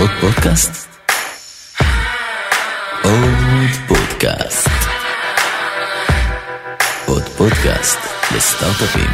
עוד פודקאסט? עוד פודקאסט. עוד פודקאסט לסטארט-אפים.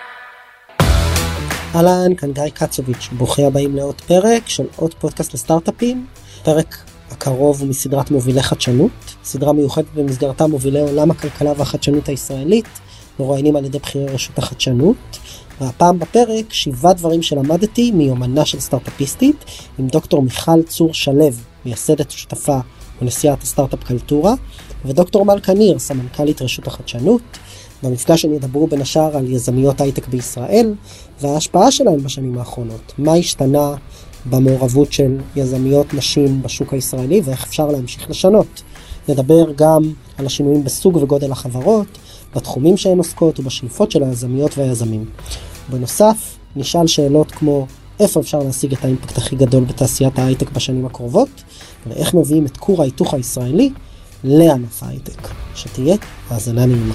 אהלן, כאן גיא קצוביץ', ברוכים הבאים לעוד פרק של עוד פודקאסט לסטארט-אפים. פרק הקרוב הוא מסדרת מובילי חדשנות, סדרה מיוחדת במסגרתה מובילי עולם הכלכלה והחדשנות הישראלית, מרואיינים על ידי בכירי רשות החדשנות. והפעם בפרק 7 דברים שלמדתי מיומנה של סטארט-אפיסטית עם דוקטור מיכל צור שלו, מייסדת ושותפה ונשיאת הסטארט-אפ קלטורה, ודוקטור מלכה ניר, סמנכ"לית רשות החדשנות. במפגש הם ידברו בין השאר על יזמיות הייטק בישראל וההשפעה שלהם בשנים האחרונות. מה השתנה במעורבות של יזמיות נשים בשוק הישראלי ואיך אפשר להמשיך לשנות. נדבר גם על השינויים בסוג וגודל החברות, בתחומים שהן עוסקות ובשאיפות של היזמיות והיזמים. בנוסף, נשאל שאלות כמו איפה אפשר להשיג את האימפקט הכי גדול בתעשיית ההייטק בשנים הקרובות, ואיך מביאים את כור ההיתוך הישראלי לענף ההייטק. שתהיה האזנה נעימה.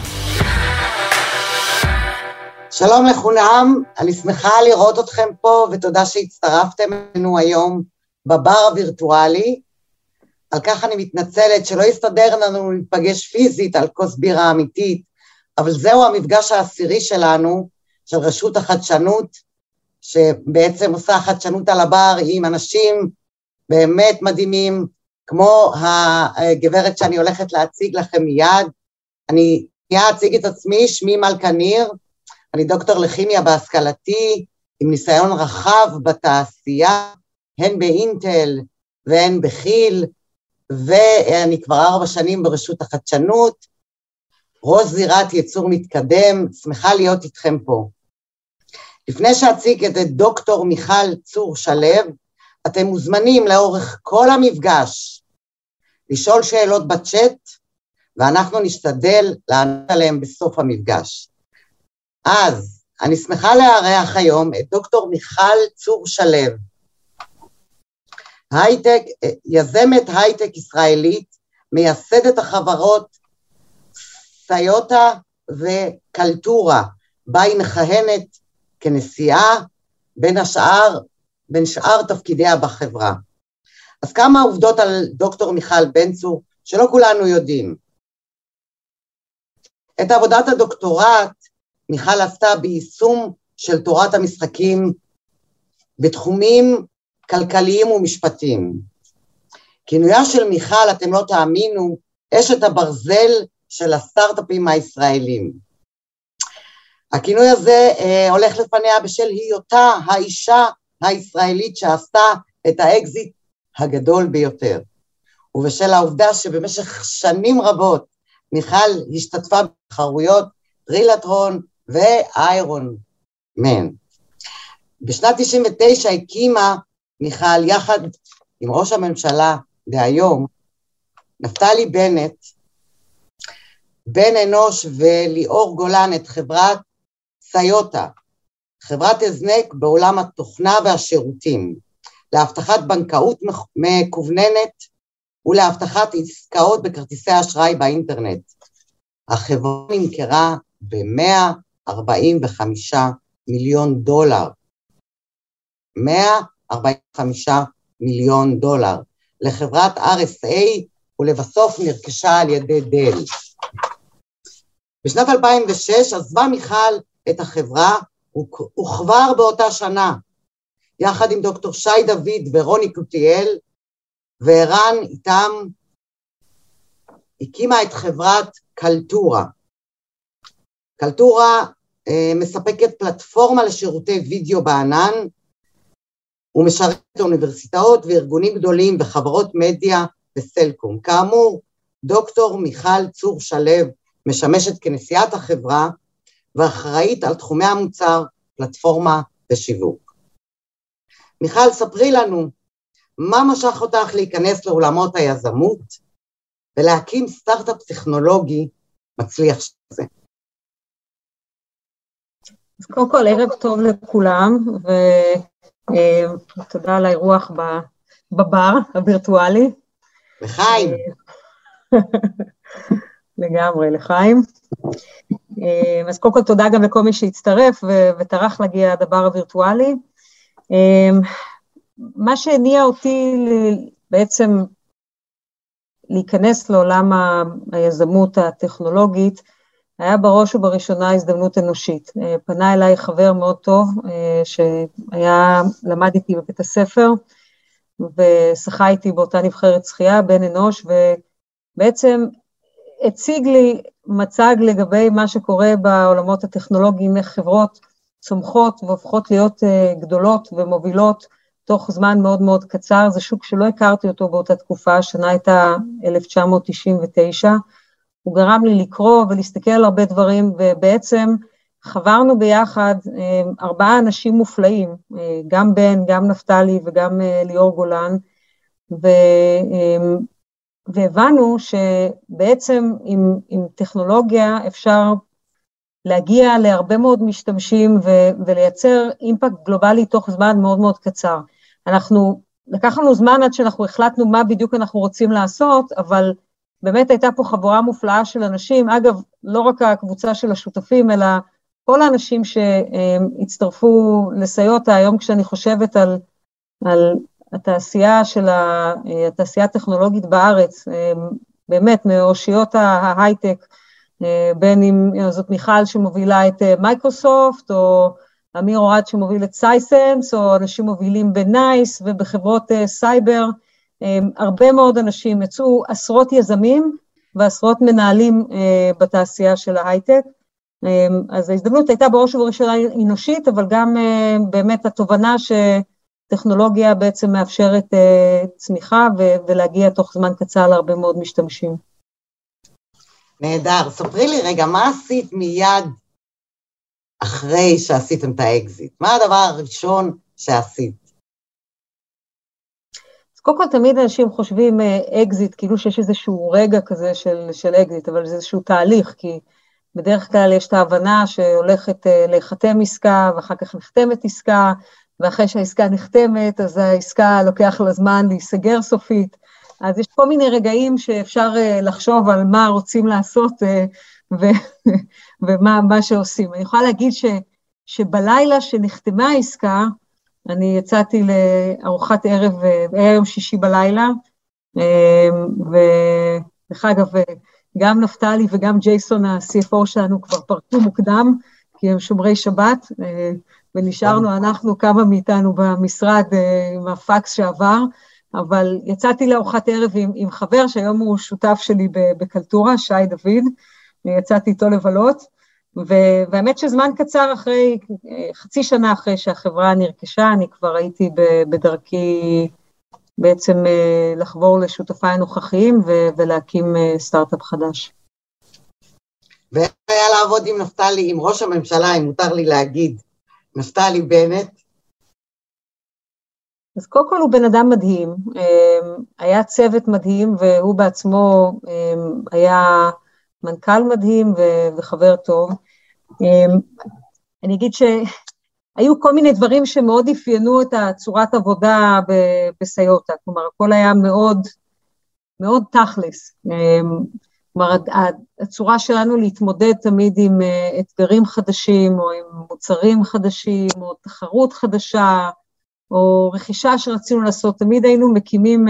שלום לכולם, אני שמחה לראות אתכם פה, ותודה שהצטרפתם אלינו היום בבר הווירטואלי. על כך אני מתנצלת שלא יסתדר לנו להיפגש פיזית על כוס בירה אמיתית, אבל זהו המפגש העשירי שלנו, של רשות החדשנות, שבעצם עושה חדשנות על הבר עם אנשים באמת מדהימים, כמו הגברת שאני הולכת להציג לכם מיד. אני אציג את עצמי, שמי מלכה ניר, אני דוקטור לכימיה בהשכלתי, עם ניסיון רחב בתעשייה, הן באינטל והן בכיל, ואני כבר 4 שנים ברשות החדשנות, ראש זירת ייצור מתקדם, שמחה להיות איתכם פה. לפני שאציג את דוקטור מיכל צור שלו, אתם מוזמנים לאורך כל המפגש, לשאול שאלות בצ'אט, ואנחנו נשתדל לענות עליהם בסוף המפגש. אז אני שמחה לארח היום את דוקטור מיכל צור שלו, הייטק, יזמת הייטק ישראלית, מייסדת החברות סיוטה וקלטורה, בה היא מכהנת כנשיאה בין שאר תפקידיה בחברה. אז כמה עובדות על דוקטור מיכל בן צור, שלא כולנו יודעים. את עבודת הדוקטורט, מיכל עשתה ביישום של תורת המשחקים, בתחומים כלכליים ומשפטיים. כינויה של מיכל, אתם לא תאמינו, אשת הברזל של הסטארט-אפים הישראלים. הכינוי הזה הולך לפניה בשל היותה האישה הישראלית שעשתה את האקזיט הגדול ביותר. ובשל העובדה שבמשך שנים רבות מיכל השתתפה בתחרויות טרילטרון ואיירון מן. בשנת 99 הקימה מיכל יחד עם ראש הממשלה דהיום, נפתלי בנט, בן אנוש וליאור גולן, את חברת סיוטה, חברת הזנק בעולם התוכנה והשירותים, להבטחת בנקאות מקווננת ולהבטחת עסקאות בכרטיסי אשראי באינטרנט. החברה נמכרה ב$145 מיליון. 145 מיליון דולר לחברת RSA, ולבסוף נרכשה על ידי דל. בשנת 2006 עזבה מיכל את החברה, וכבר באותה שנה, יחד עם דוקטור שי דוד ורוני קוטיאל, וערן איתם, הקימה את חברת קלטורה. קלטורה מספקת פלטפורמה לשירותי וידאו בענן, ומשרת אוניברסיטאות וארגונים גדולים וחברות מדיה וסלקום. כאמור, דוקטור מיכל צור שלו משמשת כנשיאת החברה, ואחראית על תחומי המוצר, פלטפורמה ושיווק. מיכל, ספרי לנו, מה משך אותך להיכנס לעולמות היזמות, ולהקים סטארט-אפ טכנולוגי מצליח שזה? אז קודם כל, ערב טוב לכולם, ותודה על האירוח בבר הווירטואלי. לחיים. לגמרי, לחיים. אז קודם כל תודה גם לכל מי שהצטרף וטרח להגיע לדבר הווירטואלי. מה שהניע אותי בעצם להיכנס לעולם היזמות הטכנולוגית, היה בראש ובראשונה הזדמנות אנושית. פנה אליי חבר מאוד טוב, למד איתי בבית הספר, ושחה איתי באותה נבחרת שחייה, בן אנוש, ובעצם הציג לי מצג לגבי מה שקורה בעולמות הטכנולוגיים, איך חברות צומחות והופכות להיות גדולות ומובילות תוך זמן מאוד מאוד קצר. זה שוק שלא הכרתי אותו באותה תקופה, השנה הייתה 1999, הוא גרם לי לקרוא ולהסתכל על הרבה דברים, ובעצם חברנו ביחד 4 אנשים מופלאים, גם בן, גם נפתלי וגם ליאור גולן, והבנו שבעצם עם טכנולוגיה אפשר להגיע להרבה מאוד משתמשים ולייצר אימפקט גלובלי תוך זמן מאוד מאוד קצר. לקח לנו זמן עד שאנחנו החלטנו מה בדיוק אנחנו רוצים לעשות, אבל באמת הייתה פה חבורה מופלאה של אנשים, אגב, לא רק הקבוצה של השותפים, אלא כל האנשים שהצטרפו לסיוטה. היום כשאני חושבת על התעשייה התעשייה הטכנולוגית בארץ, באמת מאושיות ההייטק, בין אם זאת מיכל שמובילה את מייקרוסופט, או אמיר אוהד שמוביל את סייסנס, או אנשים מובילים בנייס ובחברות סייבר, הרבה מאוד אנשים, יצאו עשרות יזמים ועשרות מנהלים בתעשייה של ההייטק. אז ההזדמנות הייתה בראש ובראשונה אנושית, אבל גם באמת התובנה שטכנולוגיה בעצם מאפשרת צמיחה ולהגיע תוך זמן קצר להרבה מאוד משתמשים. נהדר, ספרי לי רגע, מה עשית מיד אחרי שעשיתם את האקזיט? מה הדבר הראשון שעשית? קודם כל, תמיד אנשים חושבים אקזיט, כאילו שיש איזשהו רגע כזה של אקזיט, אבל זה איזשהו תהליך, כי בדרך כלל יש את ההבנה שהולכת להיחתם עסקה, ואחר כך נחתמת עסקה, ואחרי שהעסקה נחתמת, אז העסקה לוקח לה זמן להיסגר סופית. אז יש כל מיני רגעים שאפשר לחשוב על מה רוצים לעשות, ומה שעושים. אני יכולה להגיד שבלילה שנחתמה העסקה, אני יצאתי לארוחת ערב, היה יום שישי בלילה, ודרך אגב, גם נפתלי וגם ג'ייסון, ה-CFO שלנו, כבר פרקו מוקדם, כי הם שומרי שבת, ונשארנו אנחנו, כמה מאיתנו במשרד, עם הפקס שעבר, אבל יצאתי לארוחת ערב עם חבר, שהיום הוא שותף שלי בקלטורה, שי דוד, יצאתי איתו לבלות, והאמת שזמן קצר אחרי, חצי שנה אחרי שהחברה נרכשה, אני כבר הייתי בדרכי בעצם לחבור לשותפיי הנוכחיים ולהקים סטארט-אפ חדש. ואיך היה לעבוד עם נפתלי, עם ראש הממשלה, אם מותר לי להגיד, נפתלי בנט? אז קודם כל הוא בן אדם מדהים, היה צוות מדהים, והוא בעצמו היה מנכ"ל מדהים וחבר טוב. אני אגיד שהיו כל מיני דברים שמאוד אפיינו את הצורת עבודה בסיוטה, כלומר, הכל היה מאוד, מאוד תכלס. כלומר, הצורה שלנו להתמודד תמיד עם אתגרים חדשים, או עם מוצרים חדשים, או תחרות חדשה, או רכישה שרצינו לעשות, תמיד היינו מקימים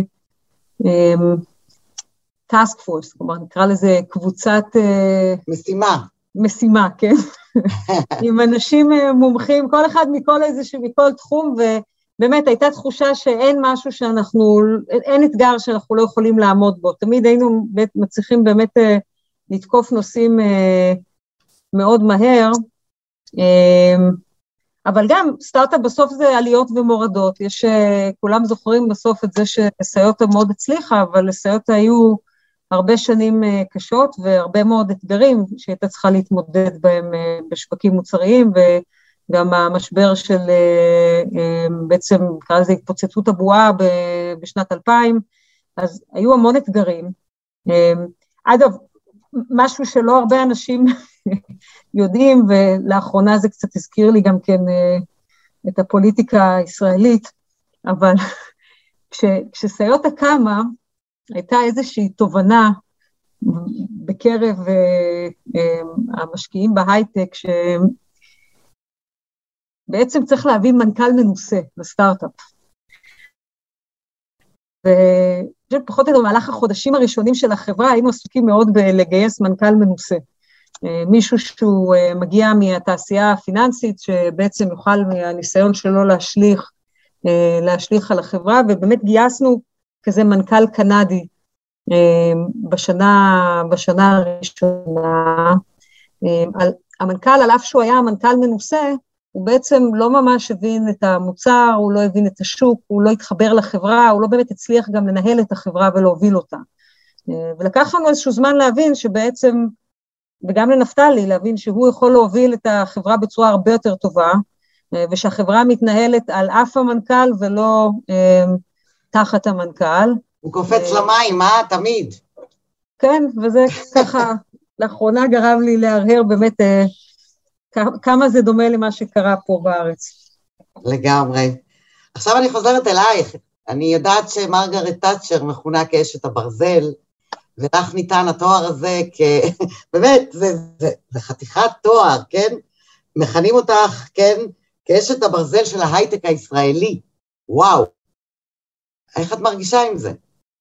טאסק פורס, כלומר נקרא לזה קבוצת משימה, כן? עם אנשים מומחים, כל אחד מכל תחום, ובאמת הייתה תחושה שאין משהו אין אתגר שאנחנו לא יכולים לעמוד בו, תמיד היינו מצליחים באמת לתקוף נושאים מאוד מהר, אבל גם סטארט-אפ בסוף זה עליות ומורדות, כולם זוכרים בסוף את זה שסיוטה מאוד הצליחה, אבל לסיוטה היו הרבה שנים קשות והרבה מאוד אתגרים שהייתה צריכה להתמודד בהם בשווקים מוצריים, וגם המשבר של בעצם נקרא לזה התפוצצות הבועה בשנת 2000, אז היו המון אתגרים. אגב, משהו שלא הרבה אנשים יודעים, ולאחרונה זה קצת הזכיר לי גם כן את הפוליטיקה הישראלית, אבל כשסיוטה קמה, הייתה איזושהי תובנה בקרב המשקיעים בהייטק, שבעצם צריך להביא מנכ"ל מנוסה לסטארט-אפ. ופחות או יותר במהלך החודשים הראשונים של החברה, היינו עסוקים מאוד בלגייס מנכ"ל מנוסה. מישהו שהוא מגיע מהתעשייה הפיננסית, שבעצם יוכל מהניסיון שלו להשליך על החברה, ובאמת גייסנו כזה מנכ"ל קנדי בשנה הראשונה. המנכ"ל, על אף שהוא היה המנכ"ל מנוסה, הוא בעצם לא ממש הבין את המוצר, הוא לא הבין את השוק, הוא לא התחבר לחברה, הוא לא באמת הצליח גם לנהל את החברה ולהוביל אותה. ולקח לנו איזשהו זמן להבין שבעצם, וגם לנפתלי, להבין שהוא יכול להוביל את החברה בצורה הרבה יותר טובה, ושהחברה מתנהלת על אף המנכ"ל ולא תחת המנכ"ל. הוא קופץ למים, תמיד. כן, וזה ככה, לאחרונה גרם לי להרהר באמת כמה זה דומה למה שקרה פה בארץ. לגמרי. עכשיו אני חוזרת אלייך. אני יודעת שמרגרט תאצ'ר מכונה כאשת הברזל, ולך ניתן התואר הזה באמת, זה חתיכת תואר, כן? מכנים אותך, כן? כאשת הברזל של ההייטק הישראלי. וואו. איך את מרגישה עם זה?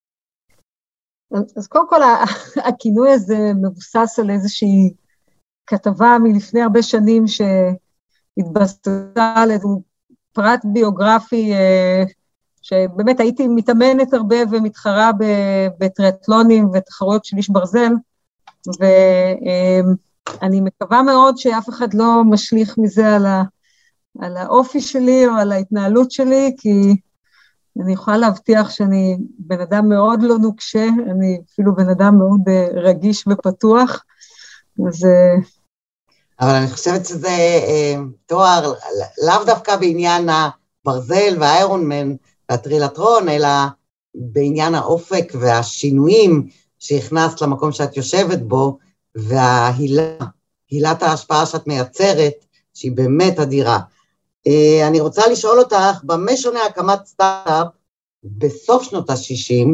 אז קודם כל, הכינוי הזה מבוסס על איזושהי כתבה מלפני הרבה שנים שהתבססה על איזשהו פרט ביוגרפי, שבאמת הייתי מתאמנת הרבה ומתחרה בטריאטלונים ותחרויות של איש ברזל, ואני מקווה מאוד שאף אחד לא משליך מזה על האופי שלי או על ההתנהלות שלי, כי אני יכולה להבטיח שאני בן אדם מאוד לא נוקשה, אני אפילו בן אדם מאוד רגיש ופתוח, אז... אבל אני חושבת שזה תואר, לאו דווקא בעניין הברזל והאיירונמן והטרילטרון, אלא בעניין האופק והשינויים שהכנסת למקום שאת יושבת בו, והילת ההשפעה שאת מייצרת, שהיא באמת אדירה. אני רוצה לשאול אותך, במה שונה הקמת סטארט-אפ בסוף שנות ה-60,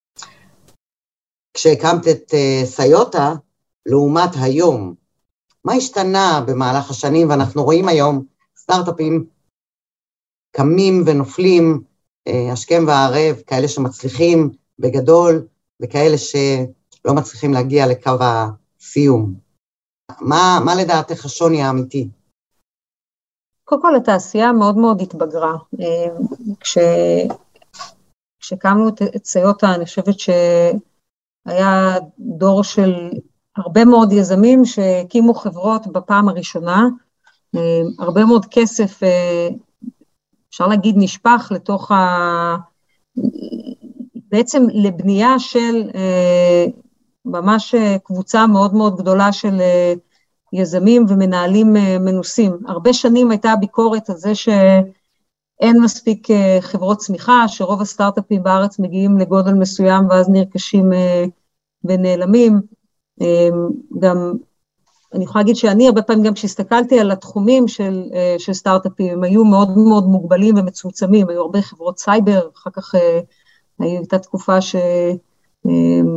כשהקמת את סיוטה, לעומת היום? מה השתנה במהלך השנים, ואנחנו רואים היום סטארט-אפים קמים ונופלים, השכם והערב, כאלה שמצליחים בגדול, וכאלה שלא מצליחים להגיע לקו הסיום. מה לדעתך השוני האמיתי? קודם כל, התעשייה מאוד מאוד התבגרה. כשקמנו את סיוטה, אני חושבת שהיה דור של הרבה מאוד יזמים שהקימו חברות בפעם הראשונה, הרבה מאוד כסף, אפשר להגיד, נשפך לתוך בעצם לבנייה של ממש קבוצה מאוד מאוד גדולה של יזמים ומנהלים מנוסים. הרבה שנים הייתה ביקורת על זה שאין מספיק חברות צמיחה, שרוב הסטארט-אפים בארץ מגיעים לגודל מסוים ואז נרכשים ונעלמים. גם אני יכולה להגיד שאני הרבה פעמים גם כשהסתכלתי על התחומים של סטארט-אפים, הם היו מאוד מאוד מוגבלים ומצומצמים, היו הרבה חברות סייבר, אחר כך הייתה תקופה שהיו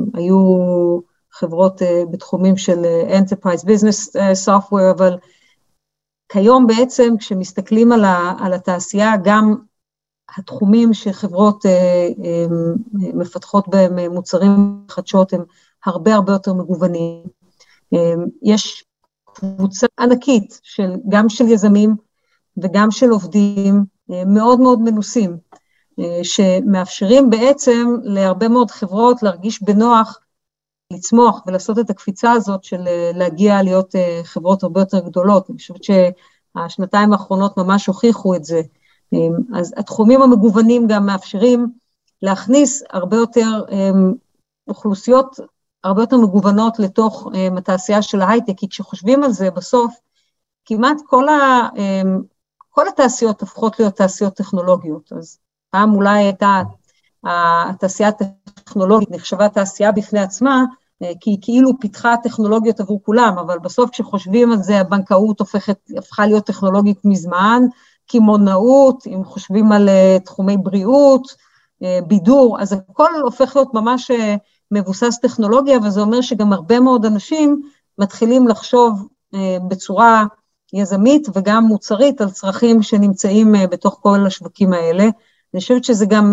חברות בתחומים של Enterprise Business Software, אבל כיום בעצם כשמסתכלים על התעשייה, גם התחומים שחברות מפתחות בהם מוצרים חדשות, הם הרבה הרבה יותר מגוונים. יש קבוצה ענקית גם של יזמים וגם של עובדים מאוד מאוד מנוסים, שמאפשרים בעצם להרבה מאוד חברות להרגיש בנוח, לצמוח ולעשות את הקפיצה הזאת של להגיע להיות חברות הרבה יותר גדולות. אני חושבת שהשנתיים האחרונות ממש הוכיחו את זה. אז התחומים המגוונים גם מאפשרים להכניס הרבה יותר אוכלוסיות הרבה יותר מגוונות לתוך התעשייה של ההייטק, כי כשחושבים על זה בסוף, כמעט כל התעשיות הופכות להיות תעשיות טכנולוגיות, אז פעם אולי הייתה התעשייה הטכנולוגית, נחשבה תעשייה בפני עצמה, כי היא כאילו פיתחה טכנולוגיות עבור כולם, אבל בסוף כשחושבים על זה, הבנקאות הפכה להיות טכנולוגית מזמן, כימונאות, אם חושבים על תחומי בריאות, בידור, אז הכל הופך להיות ממש מבוסס טכנולוגיה, וזה אומר שגם הרבה מאוד אנשים מתחילים לחשוב בצורה יזמית וגם מוצרית על צרכים שנמצאים בתוך כל השווקים האלה. אני חושבת שזה גם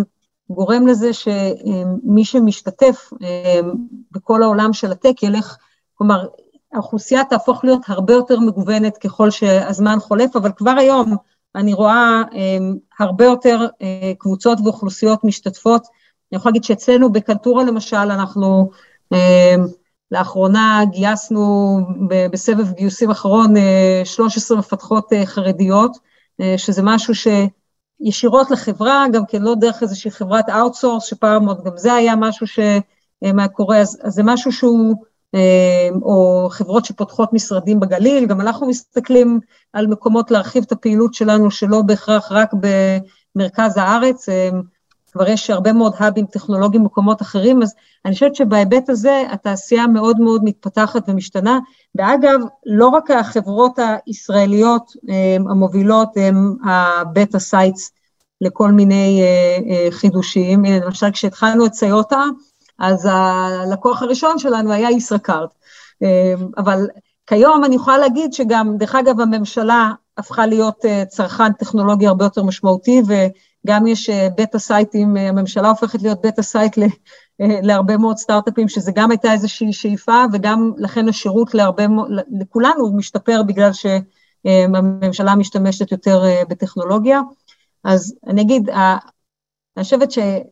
גורם לזה שמי שמשתתף בכל העולם של הטק ילך, כלומר, האוכלוסייה תהפוך להיות הרבה יותר מגוונת ככל שהזמן חולף, אבל כבר היום אני רואה הרבה יותר קבוצות ואוכלוסיות משתתפות. אני יכולה להגיד שאצלנו בקלטורה למשל, אנחנו לאחרונה גייסנו בסבב גיוסים אחרון 13 מפתחות חרדיות, שזה משהו שישירות לחברה, גם כן לא דרך איזושהי חברת אאוטסורס, שפעם עוד גם זה היה משהו שקורה, אז זה משהו שהוא, או חברות שפותחות משרדים בגליל, גם אנחנו מסתכלים על מקומות להרחיב את הפעילות שלנו, שלא בהכרח רק במרכז הארץ, כבר יש הרבה מאוד האבים טכנולוגיים במקומות אחרים, אז אני חושבת שבהיבט הזה התעשייה מאוד מאוד מתפתחת ומשתנה, ואגב, לא רק החברות הישראליות המובילות הם הבטה סייטס לכל מיני חידושים, למשל כשהתחלנו את סיוטה, אז הלקוח הראשון שלנו היה ישראכרט, אבל כיום אני יכולה להגיד שגם, דרך אגב, הממשלה הפכה להיות צרכן טכנולוגי הרבה יותר משמעותי, וגם יש בטה סייטים, הממשלה הופכת להיות בטה סייט להרבה מאוד סטארט-אפים, שזה גם הייתה איזושהי שאיפה, וגם לכן השירות לכולנו הוא משתפר, בגלל שהממשלה משתמשת יותר בטכנולוגיה. אז אני אגיד, אני חושבת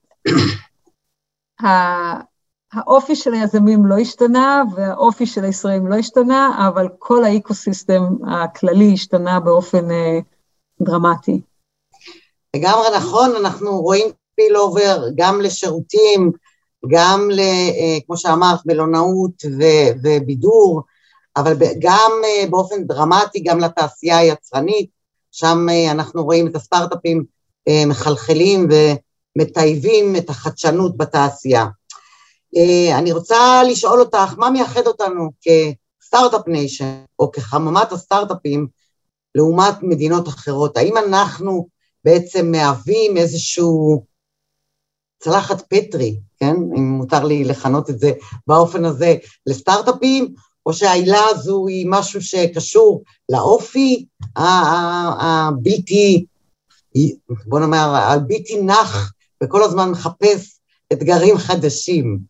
האופי של היזמים לא השתנה, והאופי של הישראלים לא השתנה, אבל כל האקוסיסטם הכללי השתנה באופן דרמטי. לגמרי נכון, אנחנו רואים פיל אובר גם לשירותים, גם כמו שאמרת, מלונאות ובידור, אבל גם באופן דרמטי, גם לתעשייה היצרנית, שם אנחנו רואים את הסטארט-אפים מחלחלים ומטייבים את החדשנות בתעשייה. אני רוצה לשאול אותך, מה מייחד אותנו כסטארט-אפ ניישן, או כחממת הסטארט-אפים, לעומת מדינות אחרות? האם אנחנו בעצם מהווים איזשהו צלחת פטרי, כן? אם מותר לי לכנות את זה באופן הזה, לסטארט-אפים, או שהעילה הזו היא משהו שקשור לאופי הבלתי, בוא נאמר, הבלתי נח, וכל הזמן מחפש אתגרים חדשים.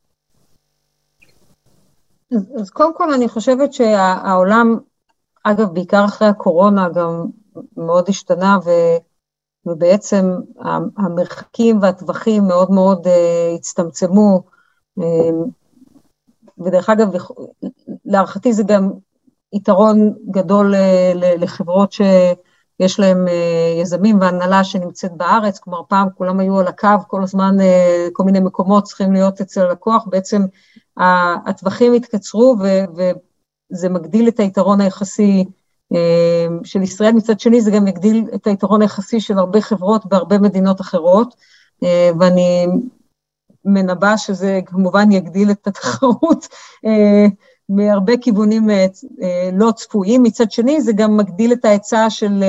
אז קודם כל אני חושבת שהעולם, אגב, בעיקר אחרי הקורונה, גם מאוד השתנה, ובעצם המרחקים והטווחים מאוד מאוד הצטמצמו, ודרך אגב, להערכתי זה גם יתרון גדול לחברות שיש להם יזמים והנהלה שנמצאת בארץ, כלומר פעם כולם היו על הקו, כל הזמן כל מיני מקומות צריכים להיות אצל הלקוח, בעצם הטווחים התקצרו וזה מגדיל את היתרון היחסי של ישראל, מצד שני זה גם יגדיל את היתרון היחסי של הרבה חברות בהרבה מדינות אחרות, ואני מנבא שזה כמובן יגדיל את התחרות מהרבה כיוונים לא צפויים, מצד שני זה גם מגדיל את ההיצע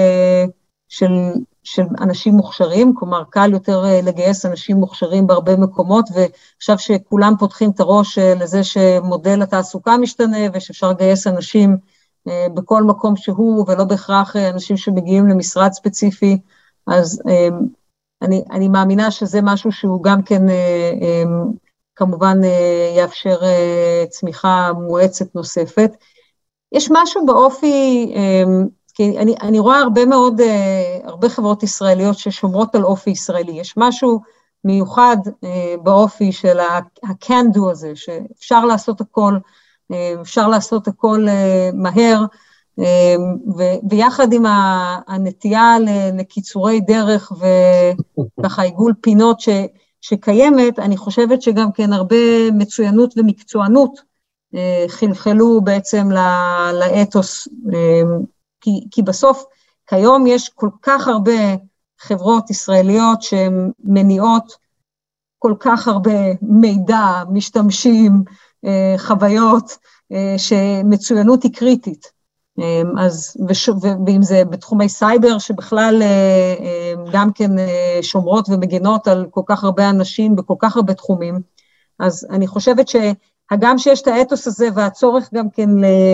של אנשים מוכשרים, כלומר קל יותר לגייס אנשים מוכשרים בהרבה מקומות, ועכשיו שכולם פותחים את הראש לזה שמודל התעסוקה משתנה, ושאפשר לגייס אנשים בכל מקום שהוא, ולא בהכרח אנשים שמגיעים למשרד ספציפי, אז אני מאמינה שזה משהו שהוא גם כן כמובן יאפשר צמיחה מואצת נוספת. יש משהו באופי, כי אני רואה הרבה חברות ישראליות ששומרות על אופי ישראלי, יש משהו מיוחד באופי של ה-can do הזה, שאפשר לעשות הכל, אפשר לעשות הכל מהר, ויחד עם הנטייה לקיצורי דרך וככה עיגול פינות שקיימת, אני חושבת שגם כן הרבה מצוינות ומקצוענות חלחלו בעצם לאתוס, כי בסוף כיום יש כל כך הרבה חברות ישראליות שהן מניעות כל כך הרבה מידע, משתמשים, חוויות, שמצוינות היא קריטית. אז, ואם זה בתחומי סייבר, שבכלל גם כן שומרות ומגנות על כל כך הרבה אנשים בכל כך הרבה תחומים, אז אני חושבת שגם שיש את האתוס הזה והצורך גם כן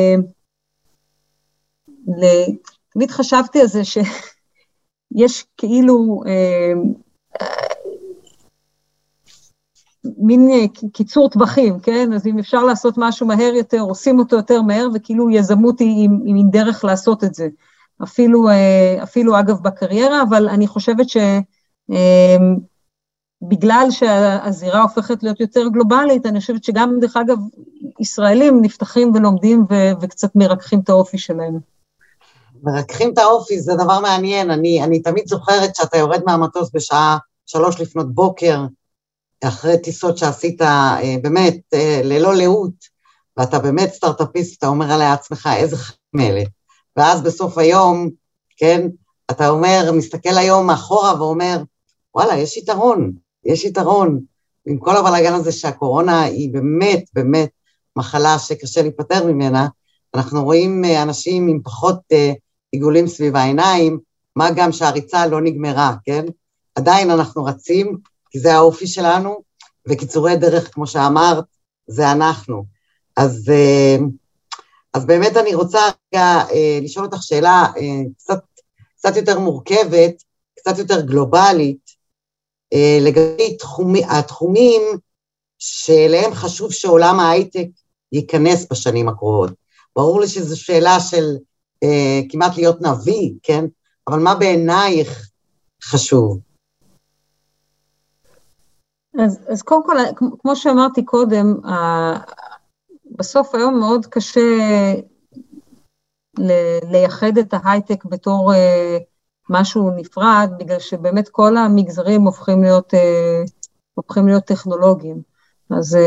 תמיד חשבתי על זה שיש כאילו מין קיצור טווחים, כן? אז אם אפשר לעשות משהו מהר יותר, עושים אותו יותר מהר, וכאילו יזמות היא עם דרך לעשות את זה. אפילו אגב בקריירה, אבל אני חושבת בגלל שהזירה הופכת להיות יותר גלובלית, אני חושבת שגם דרך אגב ישראלים נפתחים ולומדים וקצת מרככים את האופי שלהם. מרככים את האופי, זה דבר מעניין, אני תמיד זוכרת שאתה יורד מהמטוס בשעה 3 לפנות בוקר, אחרי טיסות שעשית באמת ללא לאות, ואתה באמת סטארט-אפיסט, אתה אומר עליה עצמך איזה חיים אלה, ואז בסוף היום, כן, אתה אומר, מסתכל היום מאחורה ואומר, וואלה, יש יתרון, עם כל הבלגן הזה שהקורונה היא באמת, באמת מחלה שקשה להיפטר ממנה, אנחנו רואים אנשים עם פחות עיגולים סביב העיניים, מה גם שהריצה לא נגמרה, כן? עדיין אנחנו רצים, כי זה האופי שלנו, וקיצורי דרך, כמו שאמרת, זה אנחנו. אז באמת אני רוצה רגע לשאול אותך שאלה קצת יותר מורכבת, קצת יותר גלובלית, לגבי התחומים שאליהם חשוב שעולם ההייטק ייכנס בשנים הקרובות. ברור לי שזו שאלה של כמעט להיות נביא, כן? אבל מה בעינייך חשוב? אז קודם כל, כמו שאמרתי קודם, בסוף היום מאוד קשה לייחד את ההייטק בתור משהו נפרד, בגלל שבאמת כל המגזרים הופכים להיות טכנולוגיים. אז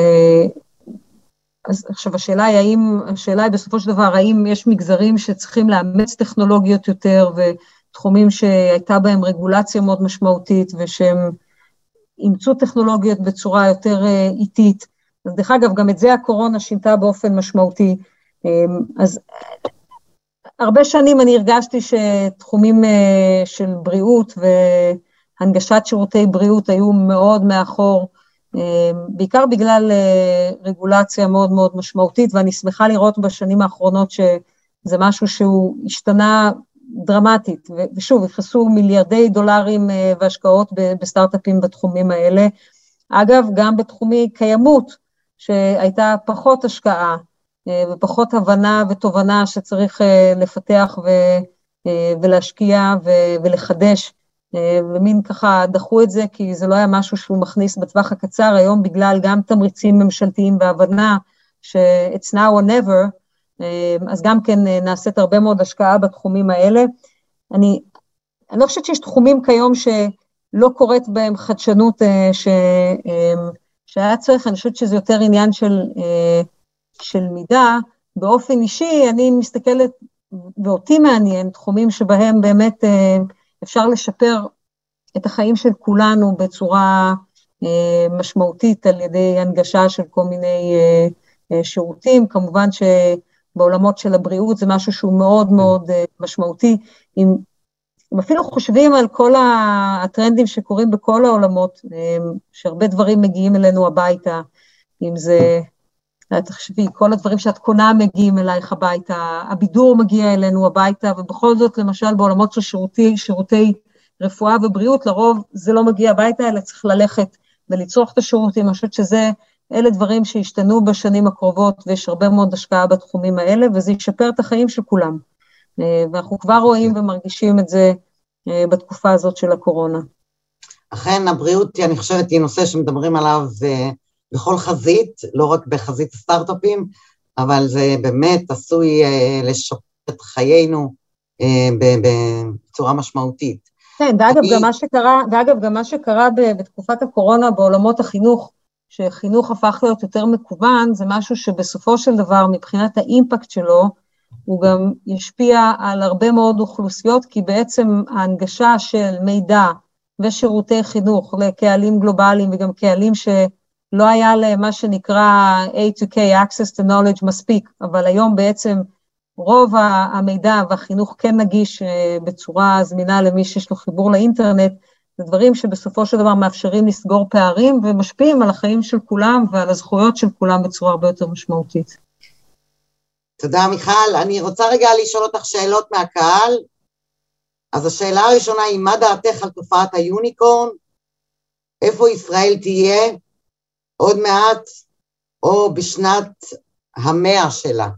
עכשיו השאלה היא בסופו של דבר, האם יש מגזרים שצריכים לאמץ טכנולוגיות יותר, ותחומים שהייתה בהם רגולציה מאוד משמעותית, ושהם אימצו טכנולוגיות בצורה יותר איטית. אז דרך אגב, גם את זה הקורונה שינתה באופן משמעותי. אז הרבה שנים אני הרגשתי שתחומים של בריאות והנגשת שירותי בריאות היו מאוד מאחור, בעיקר בגלל רגולציה מאוד מאוד משמעותית, ואני שמחה לראות בשנים האחרונות שזה משהו שהוא השתנה דרמטית, ושוב, יחסו מיליארדי דולרים והשקעות בסטארט-אפים בתחומים האלה. אגב, גם בתחומי קיימות, שהייתה פחות השקעה, ופחות הבנה ותובנה שצריך לפתח ולהשקיע ולחדש, ומין ככה דחו את זה, כי זה לא היה משהו שהוא מכניס בטווח הקצר, היום בגלל גם תמריצים ממשלתיים והבנה, ש-it's now or never, אז גם כן נעשית הרבה מאוד השקעה בתחומים האלה. אני לא חושבת שיש תחומים כיום שלא קורית בהם חדשנות שהיה צריך, אני חושבת שזה יותר עניין של מידה. באופן אישי אני מסתכלת, ואותי מעניין, תחומים שבהם באמת אפשר לשפר את החיים של כולנו בצורה משמעותית על ידי הנגשה של כל מיני שירותים. כמובן שבעולמות של הבריאות זה משהו שהוא מאוד מאוד משמעותי. אם אפילו חושבים על כל הטרנדים שקורים בכל העולמות, שהרבה דברים מגיעים אלינו הביתה, אם זה, תחשבי, כל הדברים שאת קונה מגיעים אלייך הביתה, הבידור מגיע אלינו הביתה, ובכל זאת למשל בעולמות של שירותי רפואה ובריאות, לרוב זה לא מגיע הביתה, אלא צריך ללכת ולצרוך את השירותים. אני חושבת אלה דברים שהשתנו בשנים הקרובות, ויש הרבה מאוד השקעה בתחומים האלה, וזה ישפר את החיים של כולם. ואנחנו כבר רואים ומרגישים את זה בתקופה הזאת של הקורונה. אכן, הבריאות, אני חושבת, היא נושא שמדברים עליו בכל חזית, לא רק בחזית הסטארט-אפים, אבל זה באמת עשוי לשפר את חיינו בצורה משמעותית. כן, ואגב, גם מה שקרה בתקופת הקורונה בעולמות החינוך, שחינוך הפך להיות יותר מקוון, זה משהו שבסופו של דבר, מבחינת האימפקט שלו, הוא גם ישפיע על הרבה מאוד אוכלוסיות, כי בעצם ההנגשה של מידע ושירותי חינוך לקהלים גלובליים, וגם קהלים שלא היה להם מה שנקרא A2K, access to knowledge מספיק, אבל היום בעצם רוב המידע והחינוך כן נגיש בצורה זמינה למי שיש לו חיבור לאינטרנט, זה דברים שבסופו של דבר מאפשרים לסגור פערים, ומשפיעים על החיים של כולם ועל הזכויות של כולם בצורה הרבה יותר משמעותית. תודה מיכל, אני רוצה רגע לשאול אותך שאלות מהקהל. אז השאלה הראשונה היא, מה דעתך על תופעת היוניקורן? איפה ישראל תהיה עוד מעט, או בשנת 100 שלה?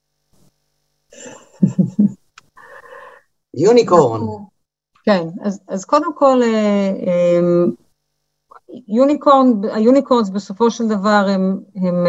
יוניקורן. כן, אז קודם כל, היוניקורנס בסופו של דבר הם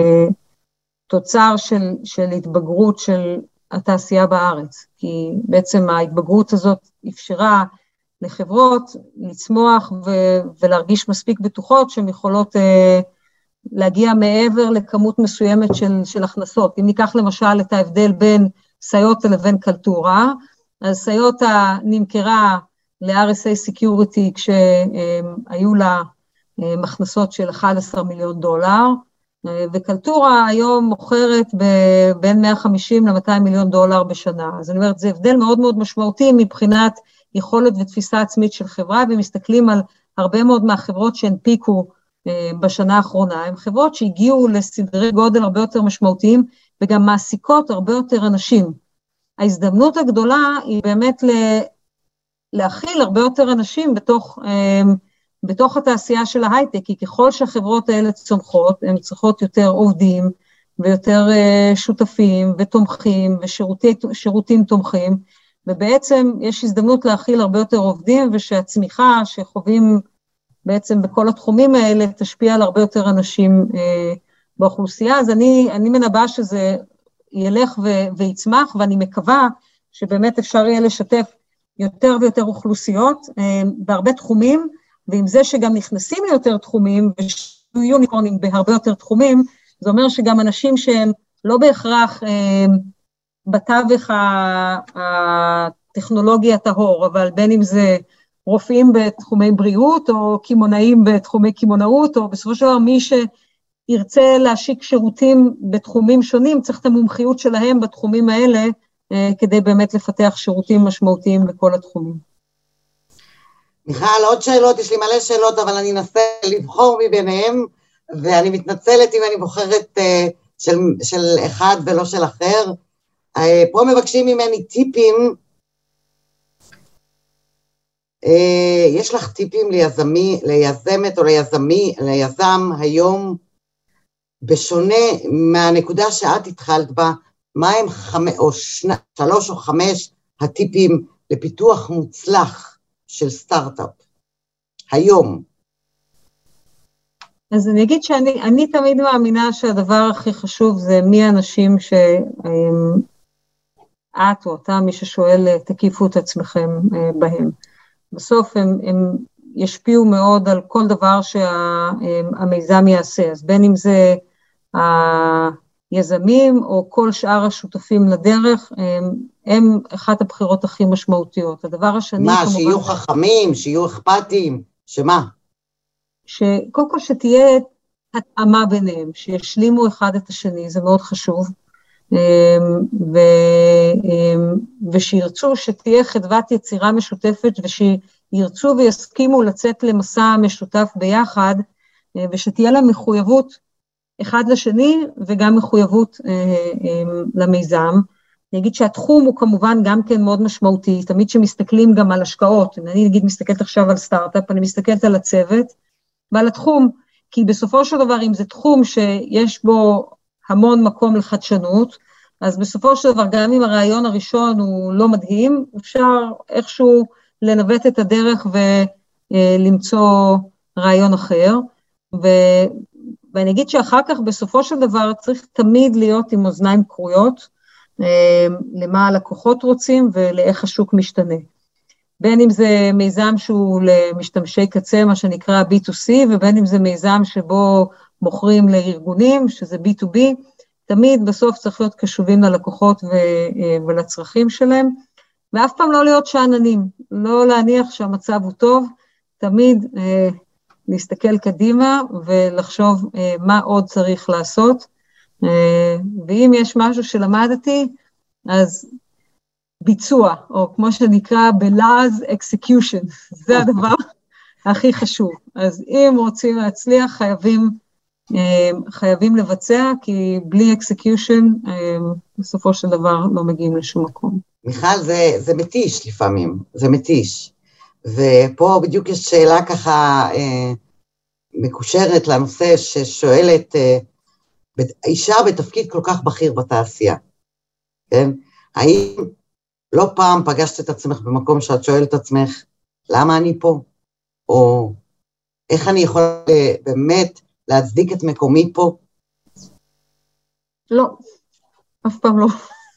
תוצר של התבגרות של התעשייה בארץ, כי בעצם ההתבגרות הזאת אפשרה לחברות לצמוח ולהרגיש מספיק בטוחות שהן יכולות להגיע מעבר לכמות מסוימת של הכנסות. אם ניקח למשל את ההבדל בין סיוטה לבין קלטורה, אז סיוטה נמכרה ל-RSA Security כשהיו לה הכנסות של $11 מיליון, וקלטורה היום מוכרת בין $150 ל-$200 מיליון בשנה. אז אני אומרת, זה הבדל מאוד מאוד משמעותי מבחינת יכולת ותפיסה עצמית של חברה, ומסתכלים על הרבה מאוד מהחברות שהנפיקו בשנה האחרונה, הן חברות שהגיעו לסדרי גודל הרבה יותר משמעותיים, וגם מעסיקות הרבה יותר אנשים. ההזדמנות הגדולה היא באמת להכיל הרבה יותר אנשים בתוך התעשייה של ההייטק, כי ככל שהחברות האלה צומחות, הן צריכות יותר עובדים, ויותר שותפים ותומכים, ושירותים תומכים, ובעצם יש הזדמנות להכיל הרבה יותר עובדים, ושהצמיחה שחווים בעצם בכל התחומים האלה, תשפיע על הרבה יותר אנשים באוכלוסייה. אז אני מנבא שזה ילך ויצמח, ואני מקווה שבאמת אפשר יהיה לשתף יותר ויותר אוכלוסיות בהרבה תחומים, ועם זה שגם נכנסים ליותר תחומים, ויוניקורנים בהרבה יותר תחומים, זה אומר שגם אנשים שהם לא בהכרח בתווך הטכנולוגיה הטהור, אבל בין אם זה רופאים בתחומי בריאות, או כימונאים בתחומי כימונאות, או בסופו של דבר מי שירצה להשיק שירותים בתחומים שונים, צריך את המומחיות שלהם בתחומים האלה, כדי באמת לפתח שירותים משמעותיים בכל התחומים. מיכל, עוד שאלות, יש לי מלא שאלות, אבל אני אנסה לבחור מביניהם, ואני מתנצלת אם אני בוחרת של אחד ולא של אחר. פה מבקשים ממני טיפים, יש לך טיפים ליזמת או ליזם היום, בשונה מהנקודה שאת התחלת בה, מה הם 3 או 5 הטיפים לפיתוח מוצלח של סטארט-אפ היום? אז אני אגיד שאני תמיד מאמינה שהדבר הכי חשוב זה מי האנשים שאת או אתה, מי ששואל, תקיפו את עצמכם בהם. בסוף הם ישפיעו מאוד על כל דבר שהמיזם יעשה, אז בין אם זה היזמים או כל שאר השותפים לדרך, הם אחת הבחירות הכי משמעותיות. הדבר השני... מה, שיהיו חכמים, שיהיו אכפתיים, שמה? שקודם כל שתהיה התאמה ביניהם, שישלימו אחד את השני, זה מאוד חשוב, ושירצו שתהיה חדוות יצירה משותפת, ושירצו ויסכימו לצאת למסע משותף ביחד, ושתהיה להם מחויבות אחד לשני, וגם מחויבות למיזם. אני אגיד שהתחום הוא כמובן גם כן מאוד משמעותי, תמיד שמסתכלים גם על השקעות, אני נגיד מסתכלת עכשיו על סטארט-אפ, אני מסתכלת על הצוות, ועל התחום, כי בסופו של דבר, אם זה תחום שיש בו המון מקום לחדשנות, אז בסופו של דבר, גם אם הרעיון הראשון הוא לא מדהים, אפשר איכשהו לנווט את הדרך ולמצוא רעיון אחר, ואני אגיד שאחר כך, בסופו של דבר, צריך תמיד להיות עם אוזניים קרויות, למה הלקוחות רוצים ולאיך השוק משתנה. בין אם זה מיזם שהוא למשתמשי קצה, מה שנקרא B2C, ובין אם זה מיזם שבו מוכרים לארגונים, שזה B2B, תמיד בסוף צריך להיות קשובים ללקוחות ולצרכים שלהם, ואף פעם לא להיות שעננים, לא להניח שהמצב הוא טוב, תמיד להסתכל קדימה ולחשוב מה עוד צריך לעשות, ואם יש משהו שלמדתי, אז ביצוע, או כמו שנקרא בלעז execution, זה הדבר הכי חשוב. אז אם רוצים להצליח, חייבים לבצע, כי בלי execution, בסופו של דבר לא מגיעים לשום מקום. מיכל, זה מתיש לפעמים, זה מתיש. ופה בדיוק יש שאלה ככה מקושרת לנושא ששואלת, אישה בתפקיד כל כך בכיר בתעשייה, כן? האם לא פעם פגשת את עצמך במקום שאת שואלת את עצמך, למה אני פה? או איך אני יכולה באמת להצדיק את מקומי פה? לא, אף פעם לא.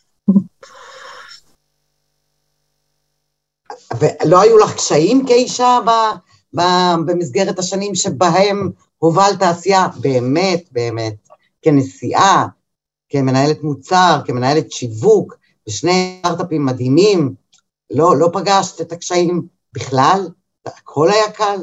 ולא היו לך קשיים כאישה במסגרת השנים שבהם הובל תעשייה? באמת, באמת, כנשיאה, כמנהלת מוצר, כמנהלת שיווק, בשני סטארט-אפים מדהימים, לא פגשת את הקשיים בכלל? הכל היה קל?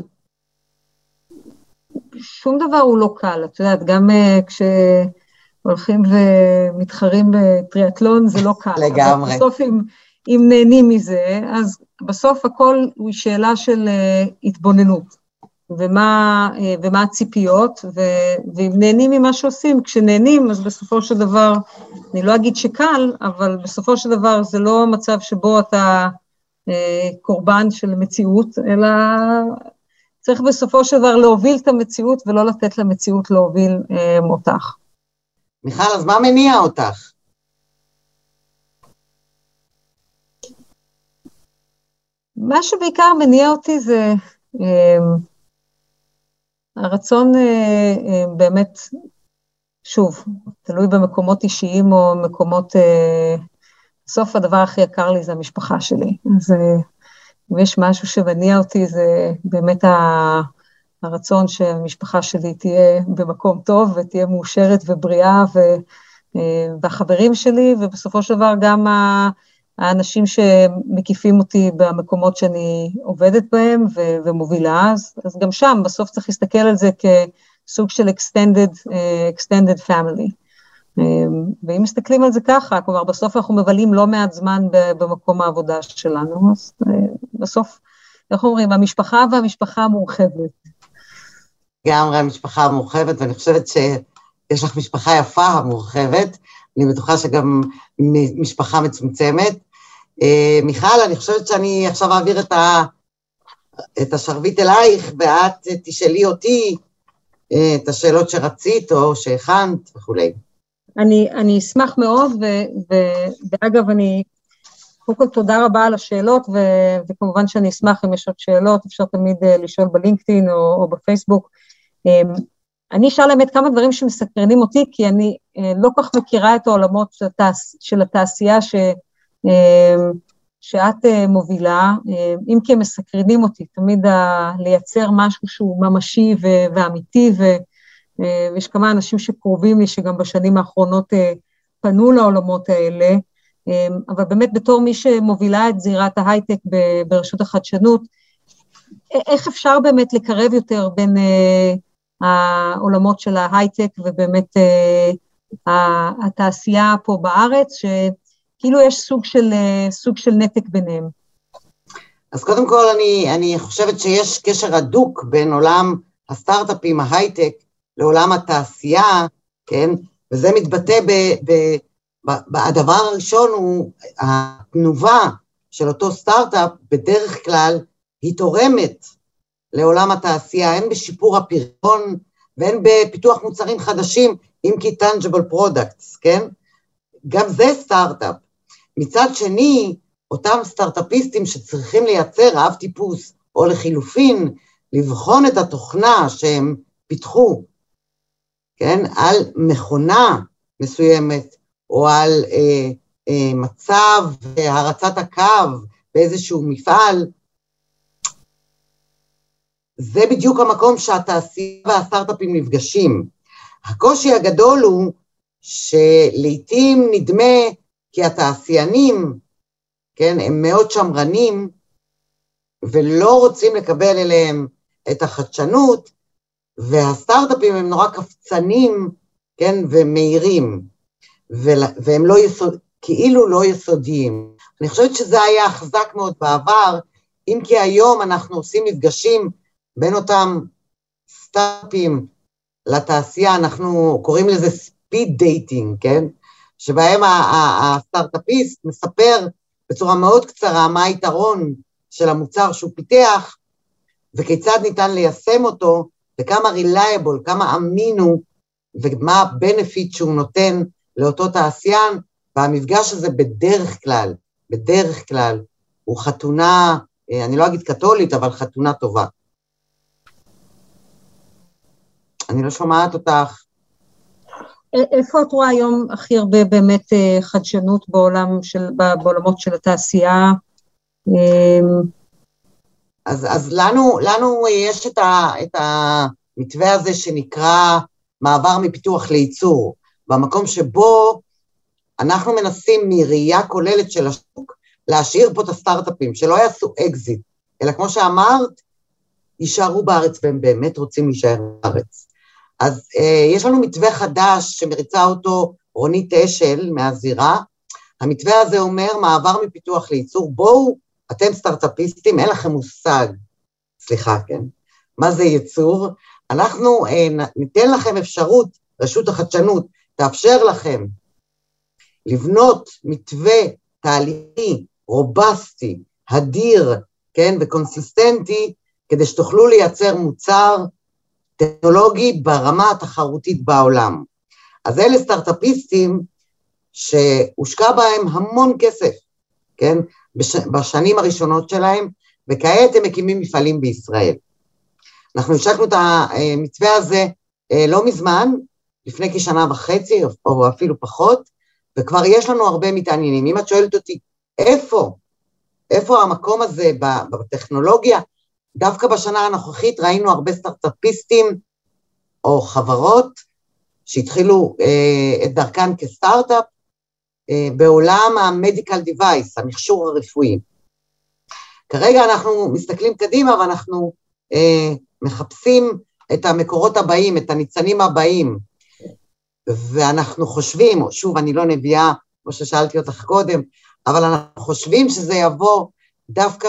שום דבר הוא לא קל, את יודעת, גם כשהולכים ומתחרים בטריאטלון זה לא קל. לגמרי. בסוף אם נהנים מזה, אז בסוף הכל הוא שאלה של התבוננות, ומה הציפיות, ואם נהנים ממה שעושים, כשנהנים, אז בסופו של דבר, אני לא אגיד שקל, אבל בסופו של דבר זה לא מצב שבו אתה קורבן של מציאות, אלא צריך בסופו של דבר להוביל את המציאות, ולא לתת למציאות להוביל אותך. מיכל, אז מה מניע אותך? מה שבעיקר מניע אותי זה הרצון באמת, שוב, תלוי במקומות אישיים או מקומות, בסוף הדבר הכי יקר לי זה המשפחה שלי. אז אם יש משהו שמניע אותי זה באמת הרצון שהמשפחה שלי תהיה במקום טוב ותהיה מאושרת ובריאה, והחברים שלי, ובסופו של דבר גם האנשים שמקיפים אותי במקומות שאני עובדת בהם ומובילה, אז גם שם בסוף צריך להסתכל על זה כסוג של extended family. ואם מסתכלים על זה ככה, כלומר בסוף אנחנו מבלים לא מעט זמן במקום העבודה שלנו, אז בסוף, איך אומרים, המשפחה והמשפחה המורחבת. גם המשפחה המורחבת, ואני חושבת שיש לך משפחה יפה המורחבת, אני בטוחה שגם משפחה מצומצמת. מיכל, אני חושבת שאני עכשיו אעביר את השרביט אלייך, ואת תשאלי אותי את השאלות שרצית או שהכנת וכו'. אני אשמח מאוד, ואגב, קודם כל תודה רבה על השאלות, וכמובן שאני אשמח אם יש עוד שאלות, אפשר תמיד לשאול בלינקדאין או בפייסבוק. אני אשאל באמת כמה דברים שמסקרנים אותי, כי אני לא כך מכירה את העולמות של התעשייה שאת מובילה, אם כי הם מסקרנים אותי, תמיד לייצר משהו שהוא ממשי ואמיתי, ויש כמה אנשים שקרובים לי, שגם בשנים האחרונות פנו לעולמות האלה, אבל באמת בתור מי שמובילה את זירת ההייטק ברשות החדשנות, איך אפשר באמת לקרב יותר בין העולמות של ההייטק, ובאמת התעשייה פה בארץ, שכאילו יש סוג של נתק ביניהם. אז קודם כל אני חושבת שיש קשר הדוק בין עולם הסטארט-אפים, ההייטק, לעולם התעשייה, כן? וזה מתבטא הדבר הראשון הוא התנובה של אותו סטארט-אפ, בדרך כלל היא תורמת לעולם התעשייה, הן בשיפור הפריון, והן בפיתוח מוצרים חדשים, אם כי tangible products, כן? גם זה סטארט-אפ. מצד שני, אותם סטארט-אפיסטים שצריכים לייצר אב טיפוס, או לחילופין, לבחון את התוכנה שהם פיתחו, כן? על מכונה מסוימת, או על מצב הרצת הקו באיזשהו מפעל, זה בדיוק המקום שהתעשייה והסטארט-אפים נפגשים. הקושי הגדול הוא שלעיתים נדמה כי התעשיינים, כן, הם מאוד שמרנים, ולא רוצים לקבל אליהם את החדשנות, והסטארט-אפים הם נורא קפצנים, כן, ומהירים, והם לא כאילו לא יסודיים. אני חושבת שזה היה חזק מאוד בעבר, אם כי היום אנחנו עושים מפגשים בין אותם סטארט-אפים לתעשייה, אנחנו קוראים לזה ספיד דייטינג, כן? שבהם הסטארט-אפיסט מספר בצורה מאוד קצרה מה היתרון של המוצר שהוא פיתח, וכיצד ניתן ליישם אותו וכמה reliable, כמה אמין הוא, ומה הבנפיט שהוא נותן לאותו תעשיין, והמפגש הזה בדרך כלל, הוא חתונה, אני לא אגיד קתולית, אבל חתונה טובה. אני לא שומעת אותך. איפה את רואה היום הכי הרבה באמת חדשנות בעולמות של התעשייה? אז לנו יש את המתווה הזה שנקרא מעבר מפיתוח לייצור, במקום שבו אנחנו מנסים מראייה כוללת של השוק, להשאיר פה את הסטארט-אפים, שלא יעשו אקזיט, אלא כמו שאמרת, יישארו בארץ, והם באמת רוצים להישאר בארץ. אז יש לנו מתווה חדש שמריצה אותו רונית אשל מהזירה, המתווה הזה אומר מעבר מפיתוח לייצור, בואו, אתם סטארט-אפיסטים, אין לכם מושג, סליחה, כן, מה זה ייצור? אנחנו ניתן לכם אפשרות, רשות החדשנות, תאפשר לכם לבנות מתווה תהליכי, רובסטי, הדיר, כן, וקונסיסטנטי, כדי שתוכלו לייצר מוצר טכנולוגי ברמה התחרותית בעולם. אז אלה סטארט-אפיסטים שהושקע בהם המון כסף, כן, בשנים הראשונות שלהם, וכעת הם מקימים מפעלים בישראל. אנחנו השקנו את המתווה הזה לא מזמן, לפני כשנה וחצי, או אפילו פחות, וכבר יש לנו הרבה מתעניינים. אם את שואלת אותי, איפה המקום הזה בטכנולוגיה? דווקא בשנה הנוכחית ראינו הרבה סטארט-אפיסטים, או חברות, שהתחילו את דרכן כסטארט-אפ, בעולם המדיקל דיווייס, המכשור הרפואי. כרגע אנחנו מסתכלים קדימה, ואנחנו מחפשים את המקורות הבאים, את הניצנים הבאים, ואנחנו חושבים, שוב, אני לא נביאה, כמו ששאלתי אותך קודם, אבל אנחנו חושבים שזה יבוא דווקא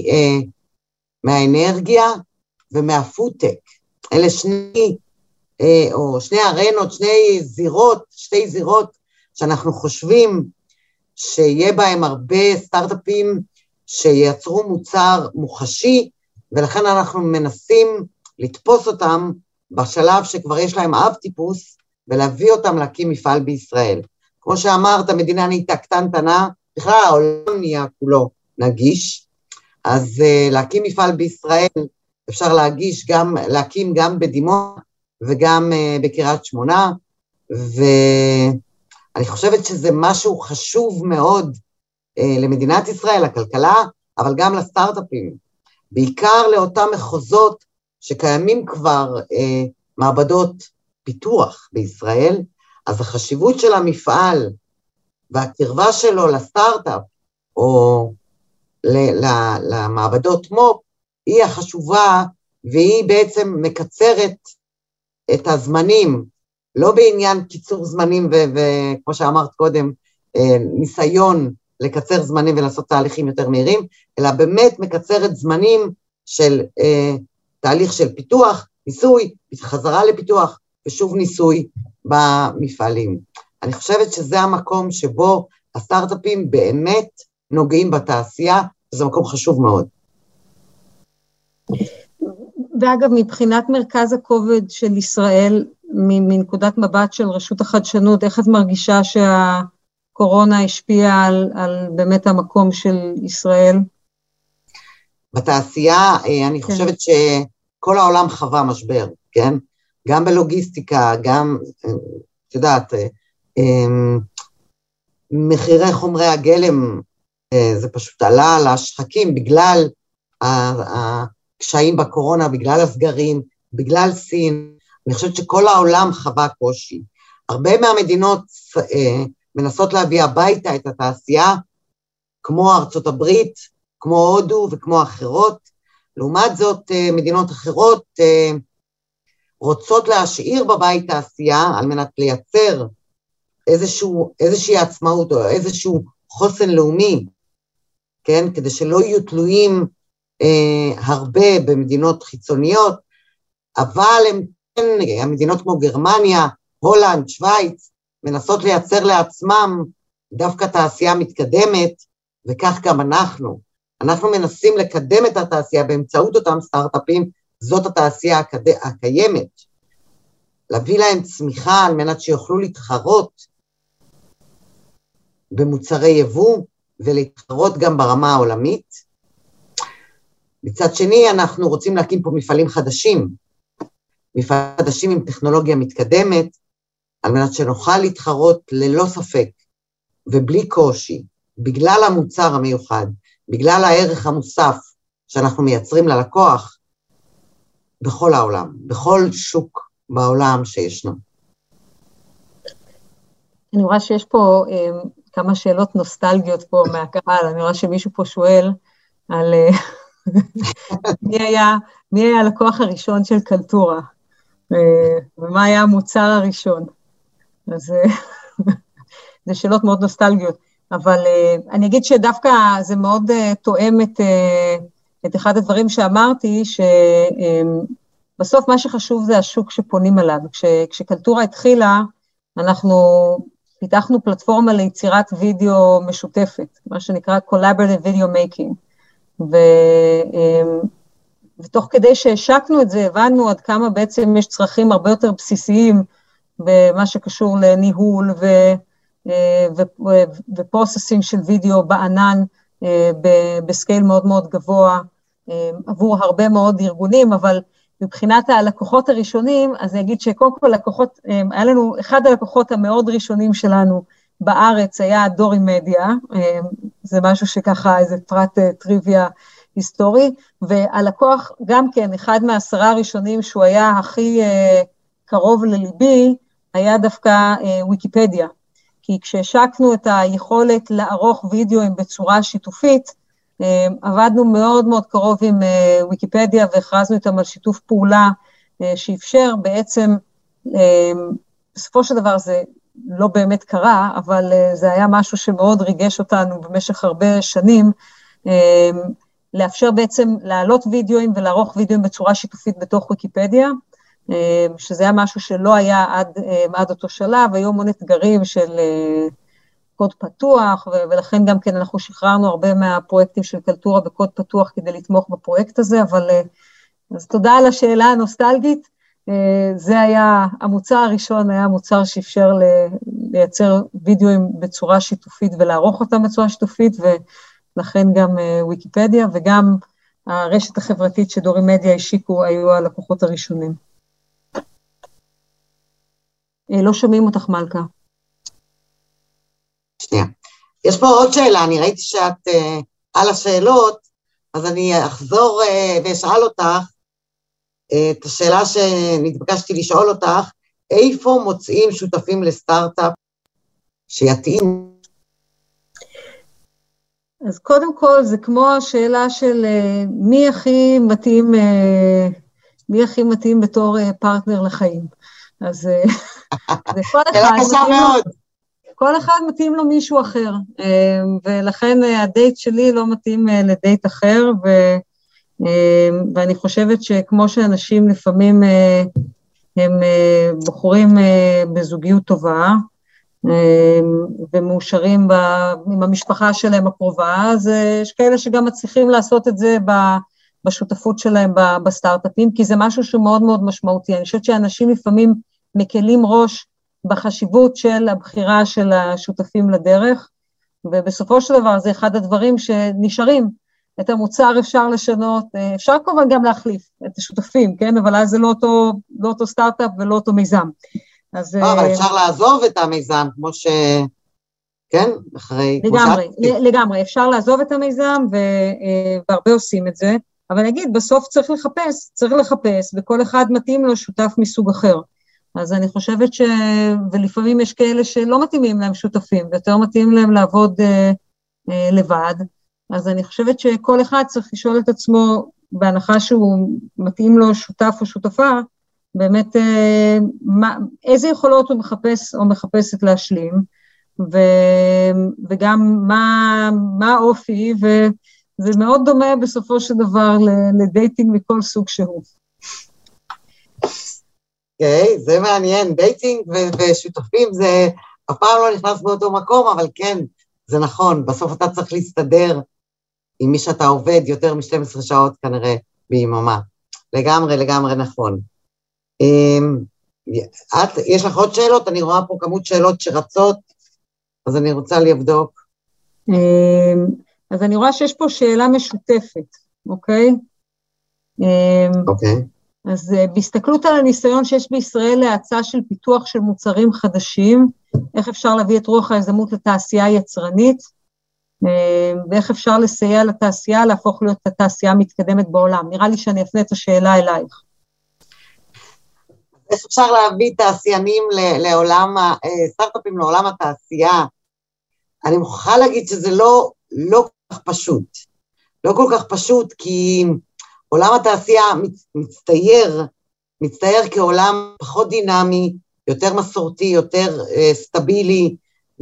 מהאנרגיה ומהפודטק. אלה שני ארנות, שתי זירות, שאנחנו חושבים שיהיה בהם הרבה סטארט-אפים שייצרו מוצר מוחשי, ולכן אנחנו מנסים לתפוס אותם בשלב שכבר יש להם אב טיפוס, ולהביא אותם להקים מפעל בישראל. כמו שאמרת, המדינה נהייתה קטנטנה, בכלל העולם נהיה כולו נגיש, אז להקים מפעל בישראל אפשר להקים גם בדימונה וגם בקריית שמונה, ואני חושבת שזה משהו חשוב מאוד למדינת ישראל, לכלכלה, אבל גם לסטארט-אפים, בעיקר לאותם מחוזות שקיימים כבר מעבדות פיתוח בישראל, אז החשיבות של המפעל והקרבה שלו לסטארט-אפ, או למעבדות מו"פ, היא החשובה, והיא בעצם מקצרת את הזמנים, לא בעניין קיצור זמנים, וכמו שאמרת קודם, ניסיון לקצר זמנים ולעשות תהליכים יותר מהירים, אלא באמת מקצרת זמנים של תהליך של פיתוח, ניסוי, חזרה לפיתוח, ושוב ניסוי במפעלים. אני חושבת שזה המקום שבו הסטארט-אפים באמת נוגעים בתעשייה, וזה מקום חשוב מאוד. ואגב, מבחינת מרכז הכובד של ישראל, מנקודת מבט של רשות החדשנות, איך את מרגישה שהקורונה השפיעה על באמת המקום של ישראל? בתעשייה, אני חושבת שכל העולם חווה משבר, כן? גם בלוגיסטיקה, גם, את יודעת, מחירי חומרי הגלם, זה פשוט עלה על השחקים, בגלל הקשיים בקורונה, בגלל הסגרים, בגלל סין, אני חושבת שכל העולם חווה קושי. הרבה מהמדינות מנסות להביא הביתה את התעשייה, כמו ארצות הברית, כמו הודו וכמו אחרות, לעומת זאת מדינות אחרות רוצות להשאיר בבית תעשייה, על מנת לייצר איזושהי עצמאות, או איזשהו חוסן לאומי, כן? כדי שלא יהיו תלויים הרבה במדינות חיצוניות, אבל המדינות כמו גרמניה, הולנד, שוויץ, מנסות לייצר לעצמם דווקא תעשייה מתקדמת, וכך גם אנחנו מנסים לקדם את התעשייה באמצעות אותם סטארט-אפים, זאת התעשייה הקיימת, להביא להם צמיחה על מנת שיוכלו להתחרות במוצרי יבוא, ולהתחרות גם ברמה העולמית. מצד שני, אנחנו רוצים להקים פה מפעלים חדשים עם טכנולוגיה מתקדמת, על מנת שנוכל להתחרות ללא ספק, ובלי קושי, בגלל המוצר המיוחד, בגלל הערך המוסף שאנחנו מייצרים ללקוח, בכל העולם, בכל שוק בעולם שישנו. אני רואה שיש פה כמה שאלות נוסטלגיות פה מהקהל, אני רואה שמישהו פה שואל על מי היה הלקוח הראשון של קלטורה, ומה היה המוצר הראשון. אז זה שאלות מאוד נוסטלגיות, אבל אני אגיד שדווקא זה מאוד תואם את אחד הדברים שאמרתי, שבסוף מה שחשוב זה השוק שפונים עליו. כשקלטורה התחילה, אנחנו פיתחנו פלטפורמה ליצירת וידאו משותפת, מה שנקרא Collaborative Video Making, ותוך כדי שהשקנו את זה, הבנו עד כמה בעצם יש צרכים הרבה יותר בסיסיים, במה שקשור לניהול ופרוססינג של וידאו בענן, בסקייל מאוד מאוד גבוה, עבור הרבה מאוד ארגונים, אבל מבחינת הלקוחות הראשונים, אז אני אגיד שקודם כל לקוחות, היה לנו, אחד הלקוחות המאוד ראשונים שלנו בארץ היה דורי מדיה, זה משהו שככה איזה פרט טריוויה היסטורי, והלקוח גם כן, אחד מה10 הראשונים שהוא היה הכי קרוב לליבי, היה דווקא ויקיפדיה, כי כשהשקנו את היכולת לערוך וידאוים בצורה שיתופית, עבדנו מאוד מאוד קרוב עם ויקיפדיה, והכרזנו איתם על שיתוף פעולה שאפשר בעצם, בסופו של דבר זה לא באמת קרה, אבל זה היה משהו שמאוד ריגש אותנו במשך הרבה שנים, לאפשר בעצם לעלות וידאוים ולערוך וידאוים בצורה שיתופית בתוך ויקיפדיה, שזה היה משהו שלא היה עד אותו שלב, היו המון אתגרים של קוד פתוח, ולכן גם כן אנחנו שחררנו הרבה מהפרויקטים של קלטורה בקוד פתוח כדי לתמוך בפרויקט הזה, אבל אז תודה על השאלה הנוסטלגית, זה היה המוצר הראשון, היה המוצר שאפשר לייצר וידאוים בצורה שיתופית ולערוך אותם בצורה שיתופית, ולכן גם ויקיפדיה וגם הרשת החברתית שדורי מדיה השיקו היו הלקוחות הראשונים. לא שומעים אותך מלכה. שנייה. יש פה עוד שאלה, אני ראיתי שאת על השאלות, אז אני אחזור ואשאל אותך, את השאלה שנתבקשתי לשאול אותך, איפה מוצאים שותפים לסטארט-אפ שיתאים? אז קודם כל זה כמו השאלה של מי הכי מתאים בתור פרטנר לחיים. אז זה כל אחד מתאים לו מישהו אחר, ולכן הדייט שלי לא מתאים לדייט אחר, ואני חושבת שכמו שאנשים לפעמים הם בוחרים בזוגיות טובה, ומאושרים עם המשפחה שלהם הקרובה, אז יש כאלה שגם מצליחים לעשות את זה בשותפות שלהם בסטארט-אפים, כי זה משהו שהוא מאוד מאוד משמעותי. אני חושבת שאנשים לפעמים מקלים ראש בחשיבות של הבחירה של השותפים לדרך, ובסופו של דבר זה אחד הדברים שנשארים. את המוצר אפשר לשנות, אפשר כמובן גם להחליף את השותפים, כן? אבל אז זה לא אותו סטארט-אפ ולא אותו מיזם. אבל אפשר לעזוב את המיזם, כמו ש... כן? לגמרי, אפשר לעזוב את המיזם, והרבה עושים את זה, אבל נגיד, בסוף צריך לחפש, וכל אחד מתאים לו שותף מסוג אחר. אז אני חושבת ולפעמים יש כאלה שלא מתאימים להם שותפים, ויותר מתאים להם לעבוד לבד, אז אני חושבת שכל אחד צריך לשאול את עצמו, בהנחה שהוא מתאים לו שותף או שותפה, באמת איזה יכולות הוא מחפש או מחפשת להשלים, וגם מה האופי, וזה מאוד דומה בסופו של דבר לדייטינג מכל סוג שהוא. אוקיי, זה מעניין, דייטינג ושותפים זה אף פעם לא נכנס באותו מקום, אבל כן, זה נכון, בסוף אתה צריך להסתדר עם מי שאתה עובד יותר מ-12 שעות כנראה ביממה. לגמרי נכון. יש לך עוד שאלות? אני רואה פה כמות שאלות שרצות, אז אני רוצה לבדוק. אז אני רואה שיש פה שאלה משותפת, אוקיי? אוקיי. אז בהסתכלות על הניסיון שיש בישראל להאצה של פיתוח של מוצרים חדשים, איך אפשר להביא את רוח היזמות לתעשייה יצרנית, ואיך אפשר לסייע לתעשייה להפוך להיות התעשייה המתקדמת בעולם. נראה לי שאני אפנה את השאלה אלייך. איך אפשר להביא תעשיינים לעולם, סטארט-אפים לעולם התעשייה? אני מוכרחה להגיד שזה לא כל כך פשוט. לא כל כך פשוט, כי עולם התעשייה מצטייר כעולם פחות דינמי, יותר מסורתי, יותר סטבילי,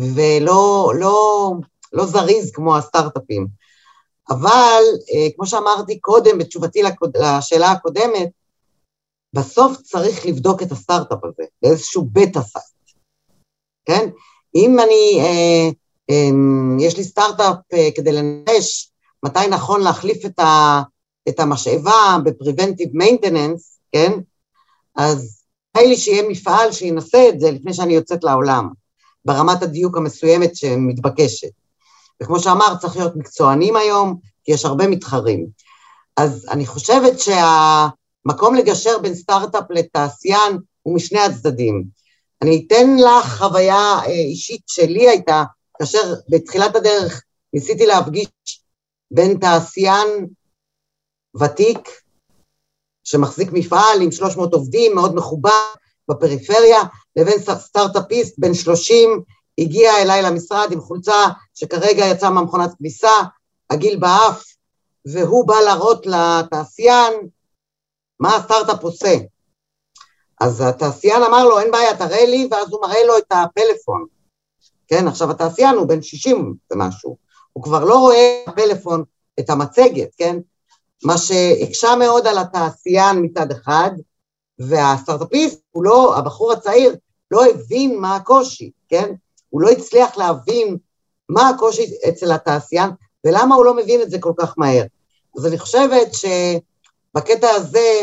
ולא זריז כמו הסטארט-אפים. אבל, כמו שאמרתי קודם, בתשובתי לשאלה הקודמת, בסוף צריך לבדוק את הסטארט-אפ הזה, באיזשהו בטא סייט, כן? אם יש לי סטארט-אפ כדי לנחש מתי נכון להחליף את המשאבה ב-preventive maintenance, כן? אז היה לי שיהיה מפעל שינסה את זה לפני שאני יוצאת לעולם, ברמת הדיוק המסוימת שמתבקשת. וכמו שאמר, צריך להיות מקצוענים היום, כי יש הרבה מתחרים. אז אני חושבת מקום לגשר בין סטארט-אפ לתעשיין הוא משני הצדדים. אני אתן לך חוויה אישית שלי הייתה, כאשר בתחילת הדרך ניסיתי להפגיש בין תעשיין ותיק, שמחזיק מפעל עם 300 עובדים, מאוד מכובד בפריפריה, לבין סטארט-אפיסט בן 30, הגיע אליי למשרד עם חולצה שכרגע יצא מהמכונת כביסה, הגיל באף, והוא בא להראות לתעשיין, מה הסטארט-אפ עושה? אז התעשיין אמר לו, אין בעיה, תראה לי, ואז הוא מראה לו את הפלאפון. כן, עכשיו התעשיין הוא בן 60 ומשהו, הוא כבר לא רואה בפלאפון את המצגת, כן? מה שהקשה מאוד על התעשיין מצד אחד, והסטארט-אפיסט, הבחור הצעיר, לא הבין מה הקושי, כן? הוא לא הצליח להבין מה הקושי אצל התעשיין, ולמה הוא לא מבין את זה כל כך מהר. אז אני חושבת בקטע הזה,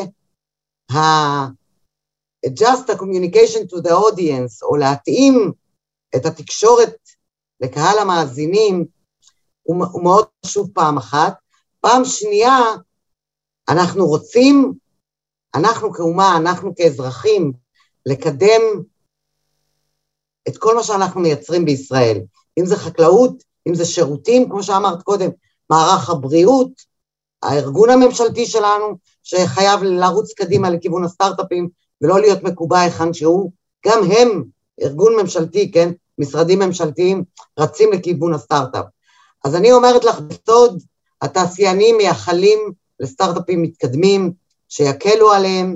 just a communication to the audience, או להתאים את התקשורת לקהל המאזינים, הוא מאוד חשוב פעם אחת. פעם שנייה, אנחנו רוצים, אנחנו כאומה, אנחנו כאזרחים, לקדם את כל מה שאנחנו מייצרים בישראל. אם זה חקלאות, אם זה שירותים, כמו שאמרת קודם, מערך הבריאות, הארגון הממשלתי שלנו, שחייב לרוץ קדימה לכיוון הסטארט-אפים, ולא להיות מקובע היכן שהוא, גם הם, ארגון ממשלתי, כן, משרדים ממשלתיים, רצים לכיוון הסטארט-אפ. אז אני אומרת לך, בסוד, התעשיינים מייחלים לסטארט-אפים מתקדמים, שיקלו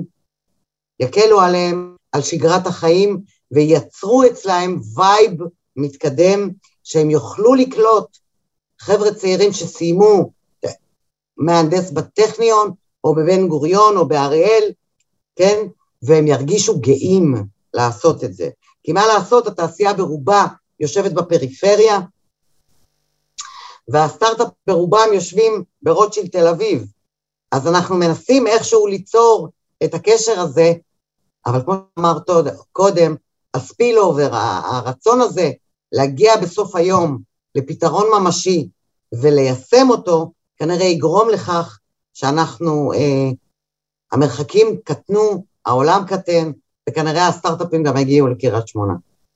עליהם על שגרת החיים, וייצרו אצלהם וייב מתקדם, שהם יוכלו לקלוט חבר'ה צעירים שסיימו מהנדס בטכניון, או בבן גוריון, או באריאל, כן? והם ירגישו גאים לעשות את זה. כי מה לעשות, התעשייה ברובה יושבת בפריפריה, והסטארט-אפ ברובם יושבים ברוטשילד תל אביב. אז אנחנו מנסים איכשהו ליצור את הקשר הזה, אבל כמו שאמרת קודם, הספילובר, הרצון הזה להגיע בסוף היום לפתרון ממשי וליישם אותו, כנראה יגרום לכך שאנחנו, המרחקים קטנו, העולם קטן, וכנראה הסטארט-אפים גם הגיעו לקריית שמונה.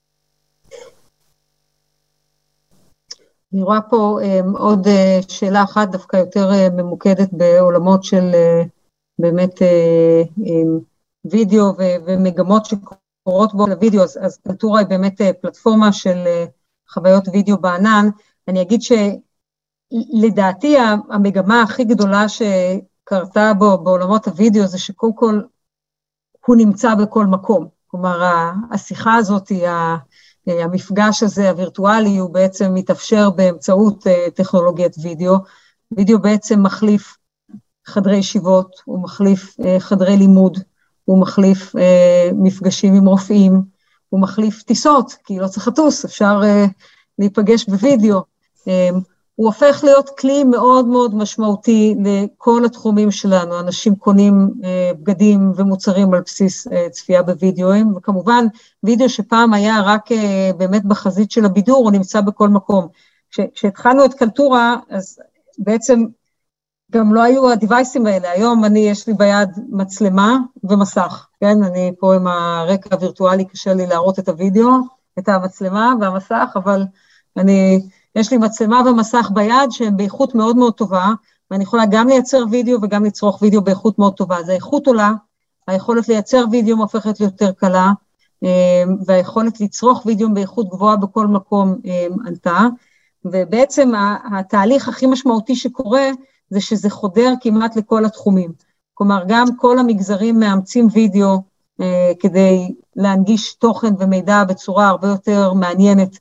אני רואה פה עוד שאלה אחת, דווקא יותר ממוקדת בעולמות של באמת וידאו ומגמות שקורות בו לוידאו, אז קלטורה היא באמת פלטפורמה של חוויות וידאו בענן. אני אגיד שלדעתי המגמה הכי גדולה שקרתה בו בעולמות הוידאו, זה שקודם כל הוא נמצא בכל מקום. כלומר, השיחה הזאת, המפגש הזה הווירטואלי, הוא בעצם מתאפשר באמצעות טכנולוגיית וידאו. וידאו בעצם מחליף חדרי ישיבות, הוא מחליף חדרי לימוד, הוא מחליף מפגשים עם רופאים, הוא מחליף טיסות, כי לא צריך לטוס, אפשר להיפגש בווידאו. הוא הופך להיות כלי מאוד מאוד משמעותי לכל התחומים שלנו. אנשים קונים בגדים ומוצרים על בסיס צפייה בווידאוים, וכמובן וידאו שפעם היה רק באמת בחזית של הבידור, הוא נמצא בכל מקום. כשהתחלנו את קלטורה, אז בעצם גם לא היו הדיווייסים האלה. היום יש לי ביד מצלמה ומסך, כן? אני פה עם הרקע הווירטואלי, קשה לי להראות את הוידאו, את המצלמה והמסך, אבל יש לי מצלמה ומסך ביד שהם באיכות מאוד מאוד טובה, ואני יכולה גם לייצר וידאו וגם לצרוך וידאו באיכות מאוד טובה. אז האיכות עולה, היכולת לייצר וידאו הופכת ליותר קלה, והיכולת לצרוך וידאו באיכות גבוהה בכל מקום עלתה, ובעצם התהליך הכי משמעותי שקורה, זה שזה חודר כמעט לכל התחומים. כלומר, גם כל המגזרים מאמצים וידאו, כדי להנגיש תוכן ומידע בצורה הרבה יותר מעניינת,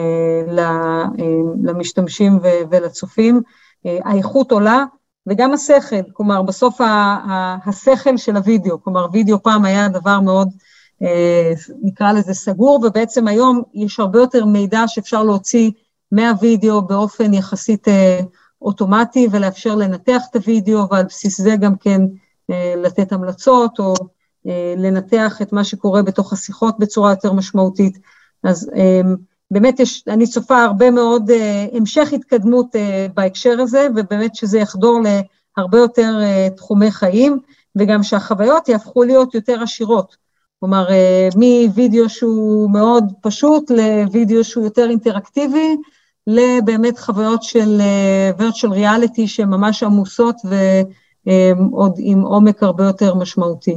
למשתמשים ולצופים, האיכות עולה, וגם השכל, כלומר בסוף השכל של הוידאו, כלומר וידאו פעם היה דבר מאוד, נקרא לזה סגור, ובעצם היום יש הרבה יותר מידע שאפשר להוציא מהוידאו באופן יחסית אוטומטי, ולאפשר לנתח את הוידאו, ועל בסיס זה גם כן לתת המלצות, או לנתח את מה שקורה בתוך השיחות בצורה יותר משמעותית. אז באמת אני צופה הרבה מאוד המשך התקדמות בהקשר הזה, ובאמת שזה יחדור להרבה יותר תחומי חיים, וגם שהחוויות יהפכו להיות יותר עשירות. כלומר, מווידאו שהוא מאוד פשוט, לווידאו שהוא יותר אינטראקטיבי, לבאמת חוויות של virtual reality שהן ממש עמוסות, ועוד עם עומק הרבה יותר משמעותי.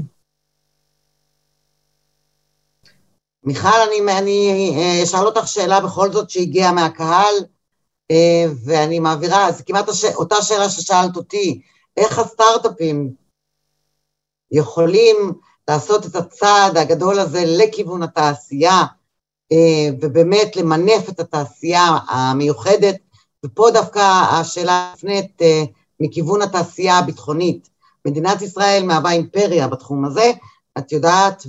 מיכל, אני אשאל אותך שאלה בכל זאת שהגיעה מהקהל, ואני מעבירה, זה כמעט אותה שאלה ששאלת אותי, איך הסטארט-אפים יכולים לעשות את הצעד הגדול הזה לכיוון התעשייה, ובאמת למנף את התעשייה המיוחדת, ופה דווקא השאלה נפנית מכיוון התעשייה הביטחונית. מדינת ישראל מהווה אימפריה בתחום הזה, את יודעת,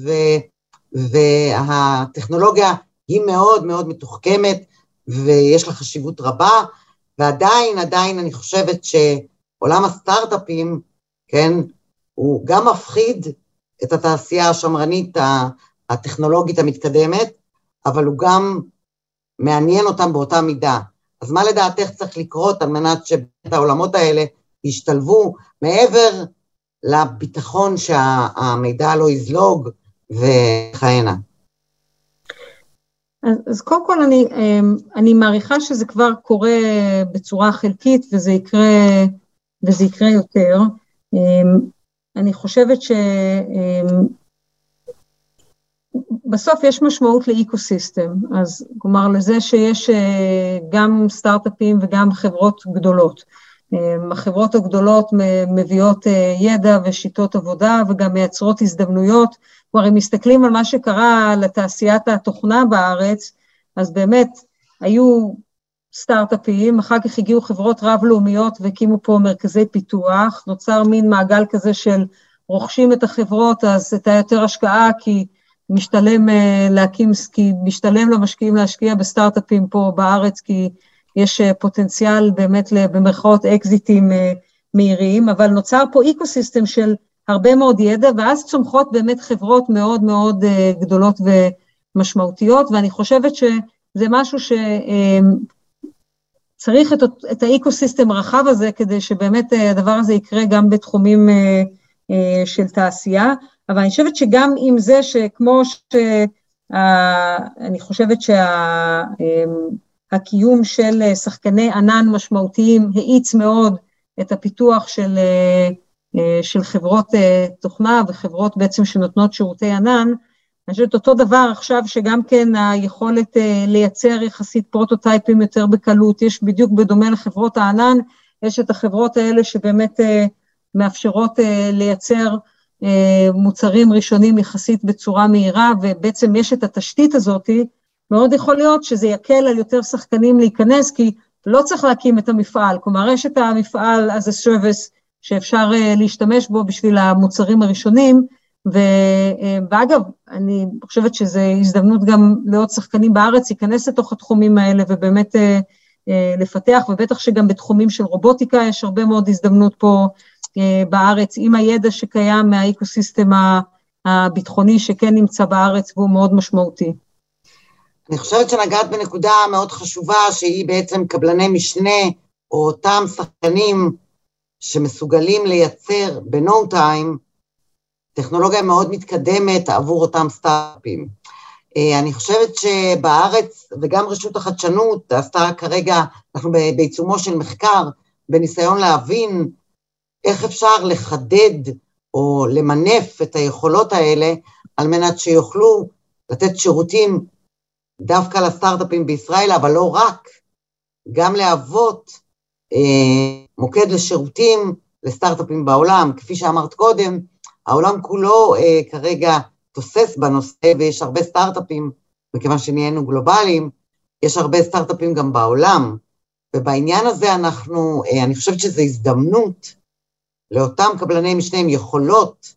והטכנולוגיה היא מאוד מאוד מתוחכמת, ויש לה חשיבות רבה, ועדיין אני חושבת שעולם הסטארט-אפים, כן, הוא גם מפחיד את התעשייה השמרנית הטכנולוגית המתקדמת, אבל הוא גם מעניין אותם באותה מידה. אז מה לדעתך צריך לקרות על מנת שהעולמות האלה ישתלבו מעבר לביטחון שהמידע לא יזלוג וכהנה? אז קודם כל אני מעריכה שזה כבר קורה בצורה חלקית, וזה יקרה יותר. אני חושבת בסוף יש משמעות לאקוסיסטם, אז כלומר לזה שיש גם סטארט-אפים וגם חברות גדולות. החברות הגדולות מביאות ידע ושיטות עבודה, וגם מייצרות הזדמנויות. כלומר, אם מסתכלים על מה שקרה לתעשיית התוכנה בארץ, אז באמת היו סטארט-אפים, אחר כך הגיעו חברות רב-לאומיות והקימו פה מרכזי פיתוח, נוצר מין מעגל כזה של רוכשים את החברות, אז הייתה יותר השקעה, כי משתלם למשקיעים להשקיע בסטארט-אפים פה בארץ, כי יש פוטנציאל באמת במרכאות אקזיטים מהירים, אבל נוצר פה אקוסיסטם של הרבה מאוד ידע, ואז צומחות באמת חברות מאוד מאוד גדולות ומשמעותיות, ואני חושבת שזה משהו שצריך את האקוסיסטם הרחב הזה, כדי שבאמת הדבר הזה יקרה גם בתחומים של תעשייה, אבל אני חושבת שגם עם זה שכמו אני חושבת הקיום של שחקני ענן משמעותיים האיץ מאוד את הפיתוח של חברות תוכנה וחברות בעצם שנותנות שירותי ענן. אני חושבת אותו דבר עכשיו שגם כן היכולת לייצר יחסית פרוטוטייפים יותר בקלות, יש בדיוק בדומה לחברות הענן, יש את החברות האלה שבאמת מאפשרות לייצר מוצרים ראשונים יחסית בצורה מהירה, ובעצם יש את התשתית הזאת, מאוד יכול להיות שזה יקל על יותר שחקנים להיכנס, כי לא צריך להקים את המפעל, כלומר יש את המפעל as a service שאפשר להשתמש בו בשביל המוצרים הראשונים, ואגב, אני חושבת שזו הזדמנות גם לעוד שחקנים בארץ, להיכנס לתוך התחומים האלה, ובאמת לפתח, ובטח שגם בתחומים של רובוטיקה יש הרבה מאוד הזדמנות פה בארץ, עם הידע שקיים מהאקוסיסטם הביטחוני שכן נמצא בארץ, והוא מאוד משמעותי. אני חושבת שנגעת בנקודה מאוד חשובה, שהיא בעצם קבלני משנה, או אותם שחקנים שמסוגלים לייצר ב-no time, טכנולוגיה מאוד מתקדמת עבור אותם סטארט-אפים. אני חושבת שבארץ, וגם רשות החדשנות, עשתה כרגע, אנחנו בעיצומו של מחקר, בניסיון להבין איך אפשר לחדד או למנף את היכולות האלה, על מנת שיוכלו לתת שירותים דווקא לסטארט-אפים בישראל, אבל לא רק, גם להוות מוקד לשירותים לסטארט-אפים בעולם. כפי שאמרת קודם, העולם כולו כרגע תוסס בנושא, ויש הרבה סטארט-אפים, מכיוון שנהיינו גלובליים, יש הרבה סטארט-אפים גם בעולם, ובעניין הזה אני חושבת שזו הזדמנות לאותם קבלני משנה עם יכולות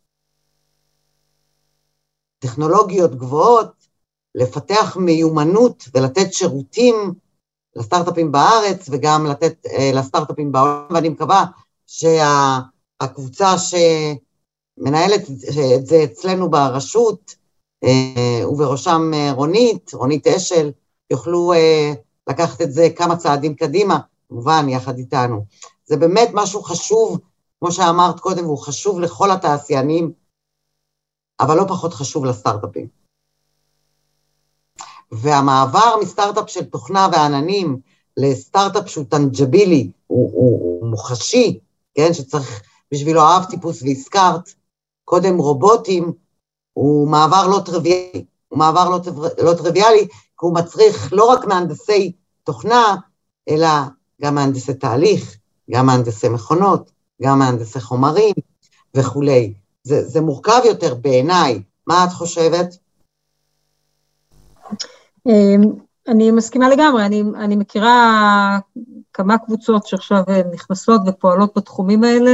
טכנולוגיות גבוהות, לפתח מיומנות ולתת שירותים לסטארט-אפים בארץ, וגם לתת לסטארט-אפים בעולם, ואני מקווה שהקבוצה שמנהלת את זה אצלנו ברשות, ובראשם רונית אשל, יוכלו לקחת את זה כמה צעדים קדימה, כמובן יחד איתנו. זה באמת משהו חשוב, כמו שאמרת קודם, והוא חשוב לכל התעשיינים, אבל לא פחות חשוב לסטארט-אפים. והמעבר מסטארט-אפ של תוכנה ועננים, לסטארט-אפ שהוא טנג'בילי, הוא מוחשי, כן, שצריך בשבילו אהב טיפוס והזכרת, קודם רובוטים, הוא מעבר לא טריוויאלי, לא טריוויאלי, כי הוא מצריך לא רק מהנדסי תוכנה, אלא גם מהנדסי תהליך, גם מהנדסי מכונות, גם מהנדסי חומרים וכו'. זה מורכב יותר בעיניי. מה את חושבת? אני מסכימה לגמרי, אני מכירה כמה קבוצות שעכשיו נכנסות ופועלות בתחומים האלה,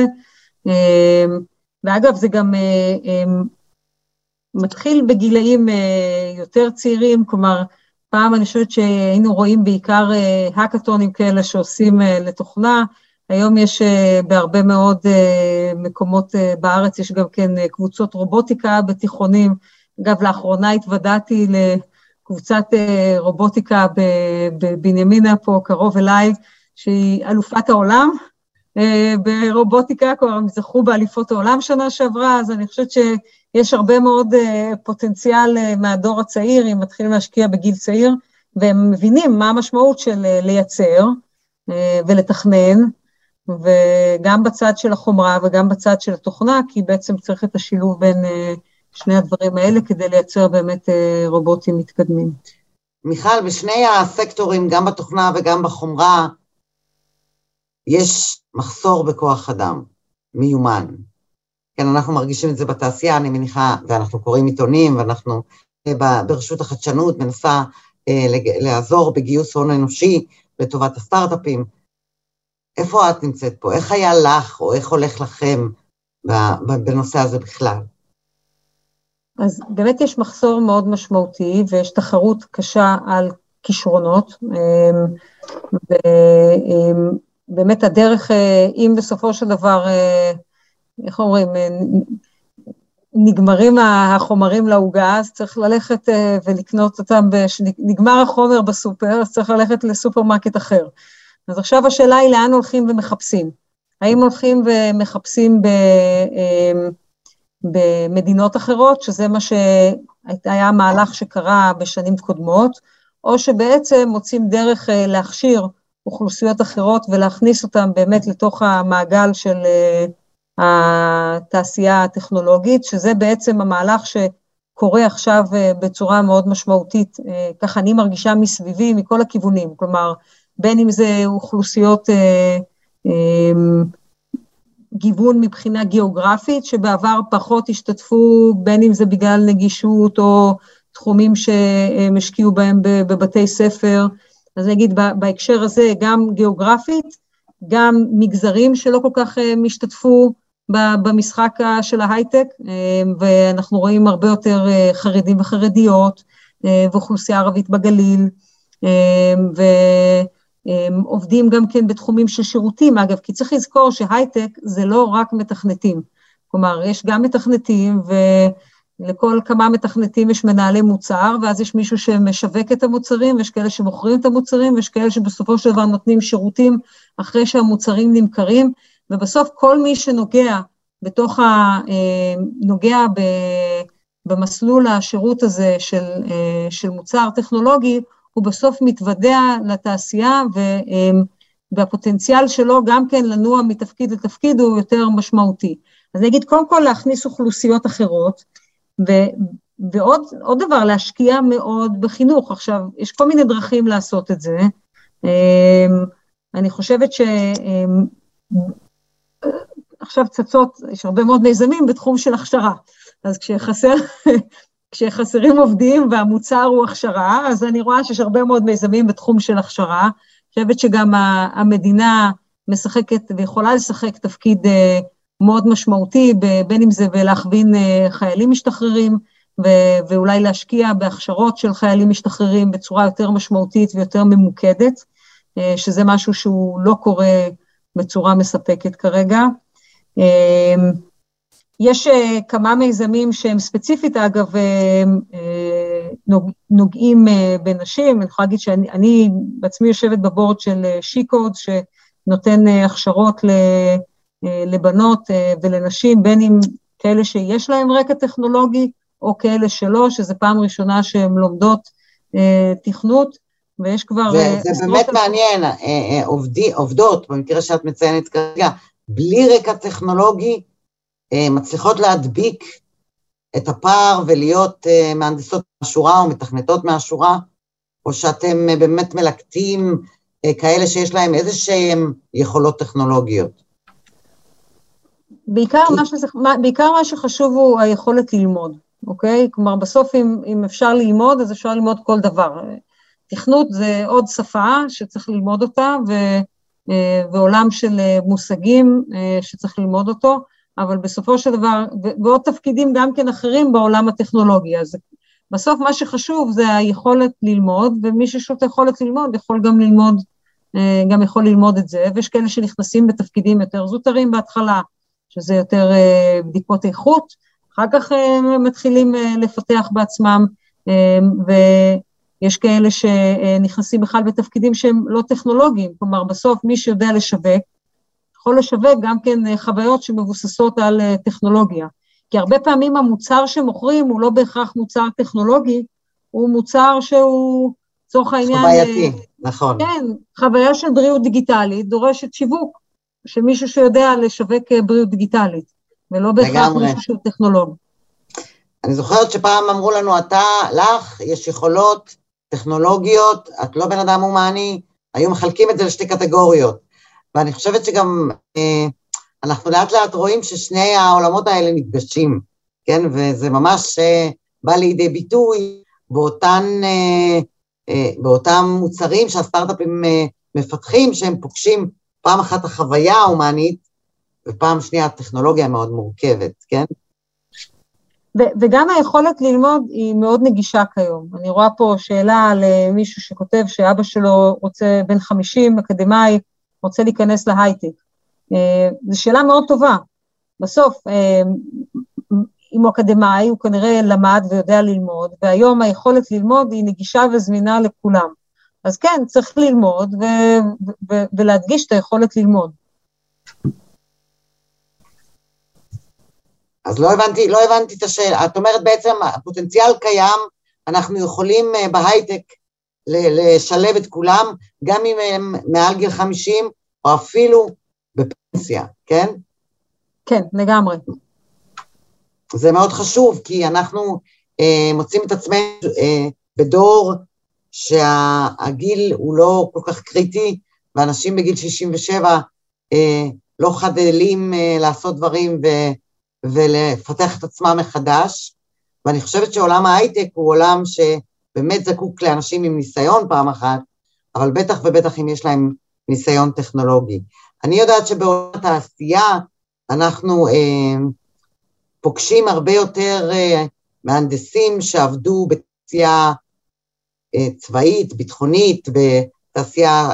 ואגב זה גם מתחיל בגילאים יותר צעירים, כלומר פעם אני חושבת שהיינו רואים בעיקר האקתונים כאלה שעושים לתוכנה, היום יש בהרבה מאוד מקומות בארץ, יש גם כן קבוצות רובוטיקה בתיכונים, אגב לאחרונה התוודעתי לקבוצת רובוטיקה בבנימינה פה קרוב אליי, שהיא אלופת העולם ברובוטיקה, כבר הם זכו באליפות העולם שנה שעברה, אז אני חושבת שיש הרבה מאוד פוטנציאל מהדור הצעיר, אם מתחילים להשקיע בגיל צעיר, והם מבינים מה המשמעות של לייצר ולתכנן, וגם בצד של החומרה וגם בצד של התוכנה, כי בעצם צריך את השילוב בין שני הדברים האלה, כדי לייצר באמת רובוטים מתקדמים. מיכל, בשני הסקטורים, גם בתוכנה וגם בחומרה, יש מחסור בכוח אדם, מיומן. כן, אנחנו מרגישים את זה בתעשייה, אני מניחה, ואנחנו קוראים עיתונים, ואנחנו ברשות החדשנות מנסה לעזור בגיוס הון אנושי לטובת הסטארט-אפים. איפה את נמצאת פה? איך היה לך, או איך הולך לכם בנושא הזה בכלל? אז באמת יש מחסור מאוד משמעותי, ויש תחרות קשה על כישרונות, ובאמת הדרך, אם בסופו של דבר, איך אומרים, נגמרים החומרים לעוגה, אז צריך ללכת ולקנות אותם, נגמר החומר בסופר, אז צריך ללכת לסופרמרקט אחר. אז עכשיו השאלה היא לאן הולכים ומחפשים. האם הולכים ומחפשים במדינות אחרות, שזה מה שהיה המהלך שקרה בשנים קודמות, או שבעצם מוצאים דרך להכשיר אוכלוסיות אחרות ולהכניס אותם באמת לתוך המעגל של התעשייה הטכנולוגית, שזה בעצם המהלך שקורה עכשיו בצורה מאוד משמעותית, ככה אני מרגישה מסביבי מכל הכיוונים, כלומר, בין אם זה אוכלוסיות גיוון מבחינה גיאוגרפית, שבעבר פחות השתתפו, בין אם זה בגלל נגישות או תחומים שמשקיעו בהם בבתי ספר, אז אני אגיד בהקשר הזה גם גיאוגרפית, גם מגזרים שלא כל כך משתתפו במשחק של ההייטק, ואנחנו רואים הרבה יותר חרדים וחרדיות, ואוכלוסייה ערבית בגליל, עובדים גם כן בתחומים של שירותים, אגב, כי צריך לזכור שהייטק זה לא רק מתכנתים, כלומר, יש גם מתכנתים, ולכל כמה מתכנתים יש מנהלי מוצר, ואז יש מישהו שמשווק את המוצרים, ויש כאלה שמוכרים את המוצרים, ויש כאלה שבסופו של דבר נותנים שירותים, אחרי שהמוצרים נמכרים, ובסוף כל מי שנוגע נוגע במסלול השירות הזה של מוצר טכנולוגי, הוא בסוף מתוודע לתעשייה, והפוטנציאל שלו גם כן לנוע מתפקיד לתפקיד הוא יותר משמעותי. אז אני אגיד, קודם כל להכניס אוכלוסיות אחרות, ועוד דבר, להשקיע מאוד בחינוך. עכשיו, יש כל מיני דרכים לעשות את זה. אני חושבת עכשיו צצות, יש הרבה מאוד מיזמים בתחום של הכשרה. אז כשחסרים עובדים והמוצר הוא הכשרה, אז אני רואה שיש הרבה מאוד מיזמים בתחום של הכשרה. אני חושבת שגם המדינה משחקת ויכולה לשחק תפקיד מאוד משמעותי, בין אם זה בלהכווין חיילים משתחררים, ואולי להשקיע בהכשרות של חיילים משתחררים בצורה יותר משמעותית ויותר ממוקדת, שזה משהו שהוא לא קורה בצורה מספקת כרגע. יש כמה מיזמים שהם ספציפית, אגב, נוגעים בנשים. אני יכולה להגיד שאני בעצמי יושבת בבורד של שיקוד, שנותן הכשרות לבנות ולנשים, בין אם כאלה שיש להם רקע טכנולוגי, או כאלה שלא, שזה פעם ראשונה שהן לומדות תכנות, ויש כבר... זה באמת מעניין, עובדות, במקרה שאת מציינת כרגע, בלי רקע טכנולוגי, מצליחות להדביק את הפער, ולהיות מהנדסות מהשורה, או מתכנתות מהשורה, או שאתם באמת מלקטים כאלה שיש להם איזשהם יכולות טכנולוגיות. בעיקר מה שחשוב הוא היכולת ללמוד, אוקיי? כלומר, בסוף אם אפשר ללמוד, אז אפשר ללמוד כל דבר. תכנות זה עוד שפה שצריך ללמוד אותה, ועולם של מושגים שצריך ללמוד אותו, אבל בסופו של דבר, ועוד תפקידים גם כן אחרים בעולם הטכנולוגי. אז בסוף מה שחשוב זה היכולת ללמוד, ומי שיש לו את היכולת ללמוד, יכול ללמוד את זה, ויש כאלה שנכנסים בתפקידים יותר זוטרים בהתחלה, שזה יותר בדיקות איכות, אחר כך מתחילים לפתח בעצמם, ויש כאלה שנכנסים בכלל בתפקידים שהם לא טכנולוגיים, כלומר בסוף מי שיודע לשווק, יכול לשווק גם כן חוויות שמבוססות על טכנולוגיה, כי הרבה פעמים המוצר שמוכרים הוא לא בהכרח מוצר טכנולוגי, הוא מוצר שהוא צורך העניין... חווייתי, נכון. כן, חוויה של בריאות דיגיטלית דורשת שיווק, של מישהו שיודע לשווק בריאות דיגיטלית, ולא בהכרח מישהו שהוא טכנולוג. אני זוכרת שפעם אמרו לנו, לך יש יכולות טכנולוגיות, את לא בן אדם הומני, היו מחלקים את זה לשתי קטגוריות, ואני חושבת שגם אנחנו לאט לאט רואים ששני העולמות האלה נפגשים, כן, וזה ממש בא לידי ביטוי באותם מוצרים שהסטארט-אפים מפתחים, שהם פוגשים פעם אחת החוויה ההומנית, ופעם שנייה הטכנולוגיה מאוד מורכבת, כן? וגם היכולת ללמוד היא מאוד נגישה כיום. אני רואה פה שאלה למישהו שכותב שאבא שלו רוצה בן 50, אקדמאי, רוצה להיכנס להייטק. זו שאלה מאוד טובה. בסוף, אם הוא אקדמאי, הוא כנראה למד ויודע ללמוד, והיום היכולת ללמוד היא נגישה וזמינה לכולם. אז כן, צריך ללמוד ולהדגיש את היכולת ללמוד. אז לא הבנתי את השאלה. את אומרת בעצם, הפוטנציאל קיים, אנחנו יכולים בהייטק לשלב את כולם, גם אם הם מעל גיל 50, או אפילו בפנסיה, כן? כן, לגמרי. זה מאוד חשוב, כי אנחנו מוצאים את עצמנו בדור שהגיל הוא לא כל כך קריטי, ואנשים בגיל 67 לא חדלים לעשות דברים ולפתח את עצמם מחדש, ואני חושבת שעולם ההייטק הוא עולם שבאמת זקוק לאנשים עם ניסיון פעם אחת, אבל בטח ובטח אם יש להם ניסיון טכנולוגי. אני יודעת שבעולם התעשייה אנחנו פוגשים הרבה יותר מהנדסים שעבדו בתעשייה צבאית, ביטחונית, תעשייה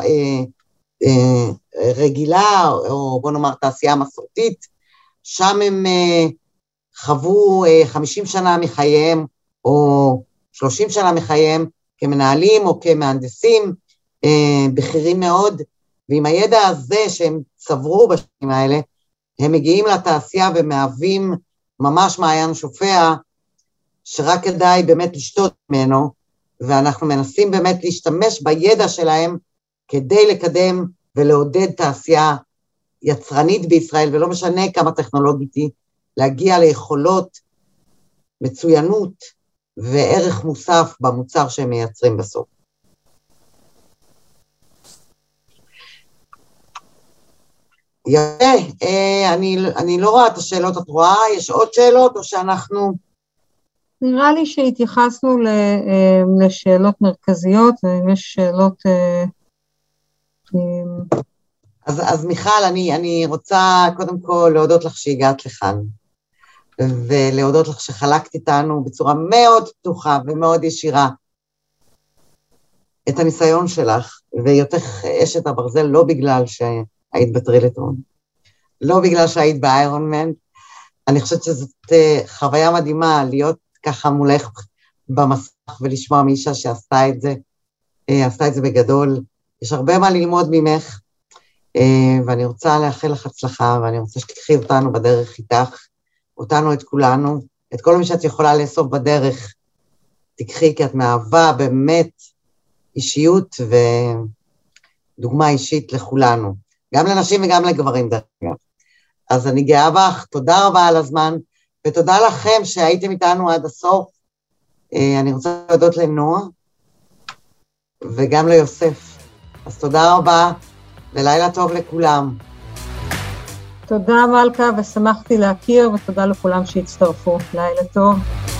רגילה, או בוא נאמר תעשייה מסורתית, שם הם חוו 50 שנה מחייהם, או 30 שנה מחייהם, כמנהלים או כמהנדסים, בכירים מאוד, ועם הידע הזה שהם צברו בשנים האלה, הם מגיעים לתעשייה ומהווים ממש מעיין שופע, שרק כדאי באמת לשתות ממנו, ואנחנו מנסים באמת להשתמש בידע שלהם, כדי לקדם ולעודד תעשייה יצרנית בישראל, ולא משנה כמה טכנולוגית היא, להגיע ליכולות, מצוינות וערך מוסף במוצר שהם מייצרים בסוף. יפה, אני לא רואה את השאלות, את רואה? יש עוד שאלות או שאנחנו... נראה לי שהתייחסנו לשאלות מרכזיות, ואם יש שאלות... אז מיכל, אני רוצה קודם כל להודות לך שהגעת לכאן, ולהודות לך שחלקת איתנו בצורה מאוד פתוחה ומאוד ישירה את הניסיון שלך, והיותך אשת הברזל לא בגלל שהיית בטרילטון, לא בגלל שהיית באיירון מן. אני חושבת שזאת חוויה מדהימה להיות ככה מולך במסך ולשמוע מאישה שעשתה את זה, עשתה את זה בגדול. יש הרבה מה ללמוד ממך, ואני רוצה לאחל לך הצלחה, ואני רוצה שתקחי אותנו בדרך איתך, אותנו, את כולנו, את כל מי שאת יכולה לאסוף בדרך, תקחי, כי את מאהבה באמת אישיות ודוגמה אישית לכולנו, גם לנשים וגם לגברים דרך אגב. אז אני גאה בך, תודה רבה על הזמן, ותודה לכם שהייתם איתנו עד הסוף. אני רוצה להודות לנועה, וגם ליוסף. אז תודה רבה, ולילה טוב לכולם. תודה מלכה, ושמחתי להכיר, ותודה לכולם שהצטרפו. לילה טוב.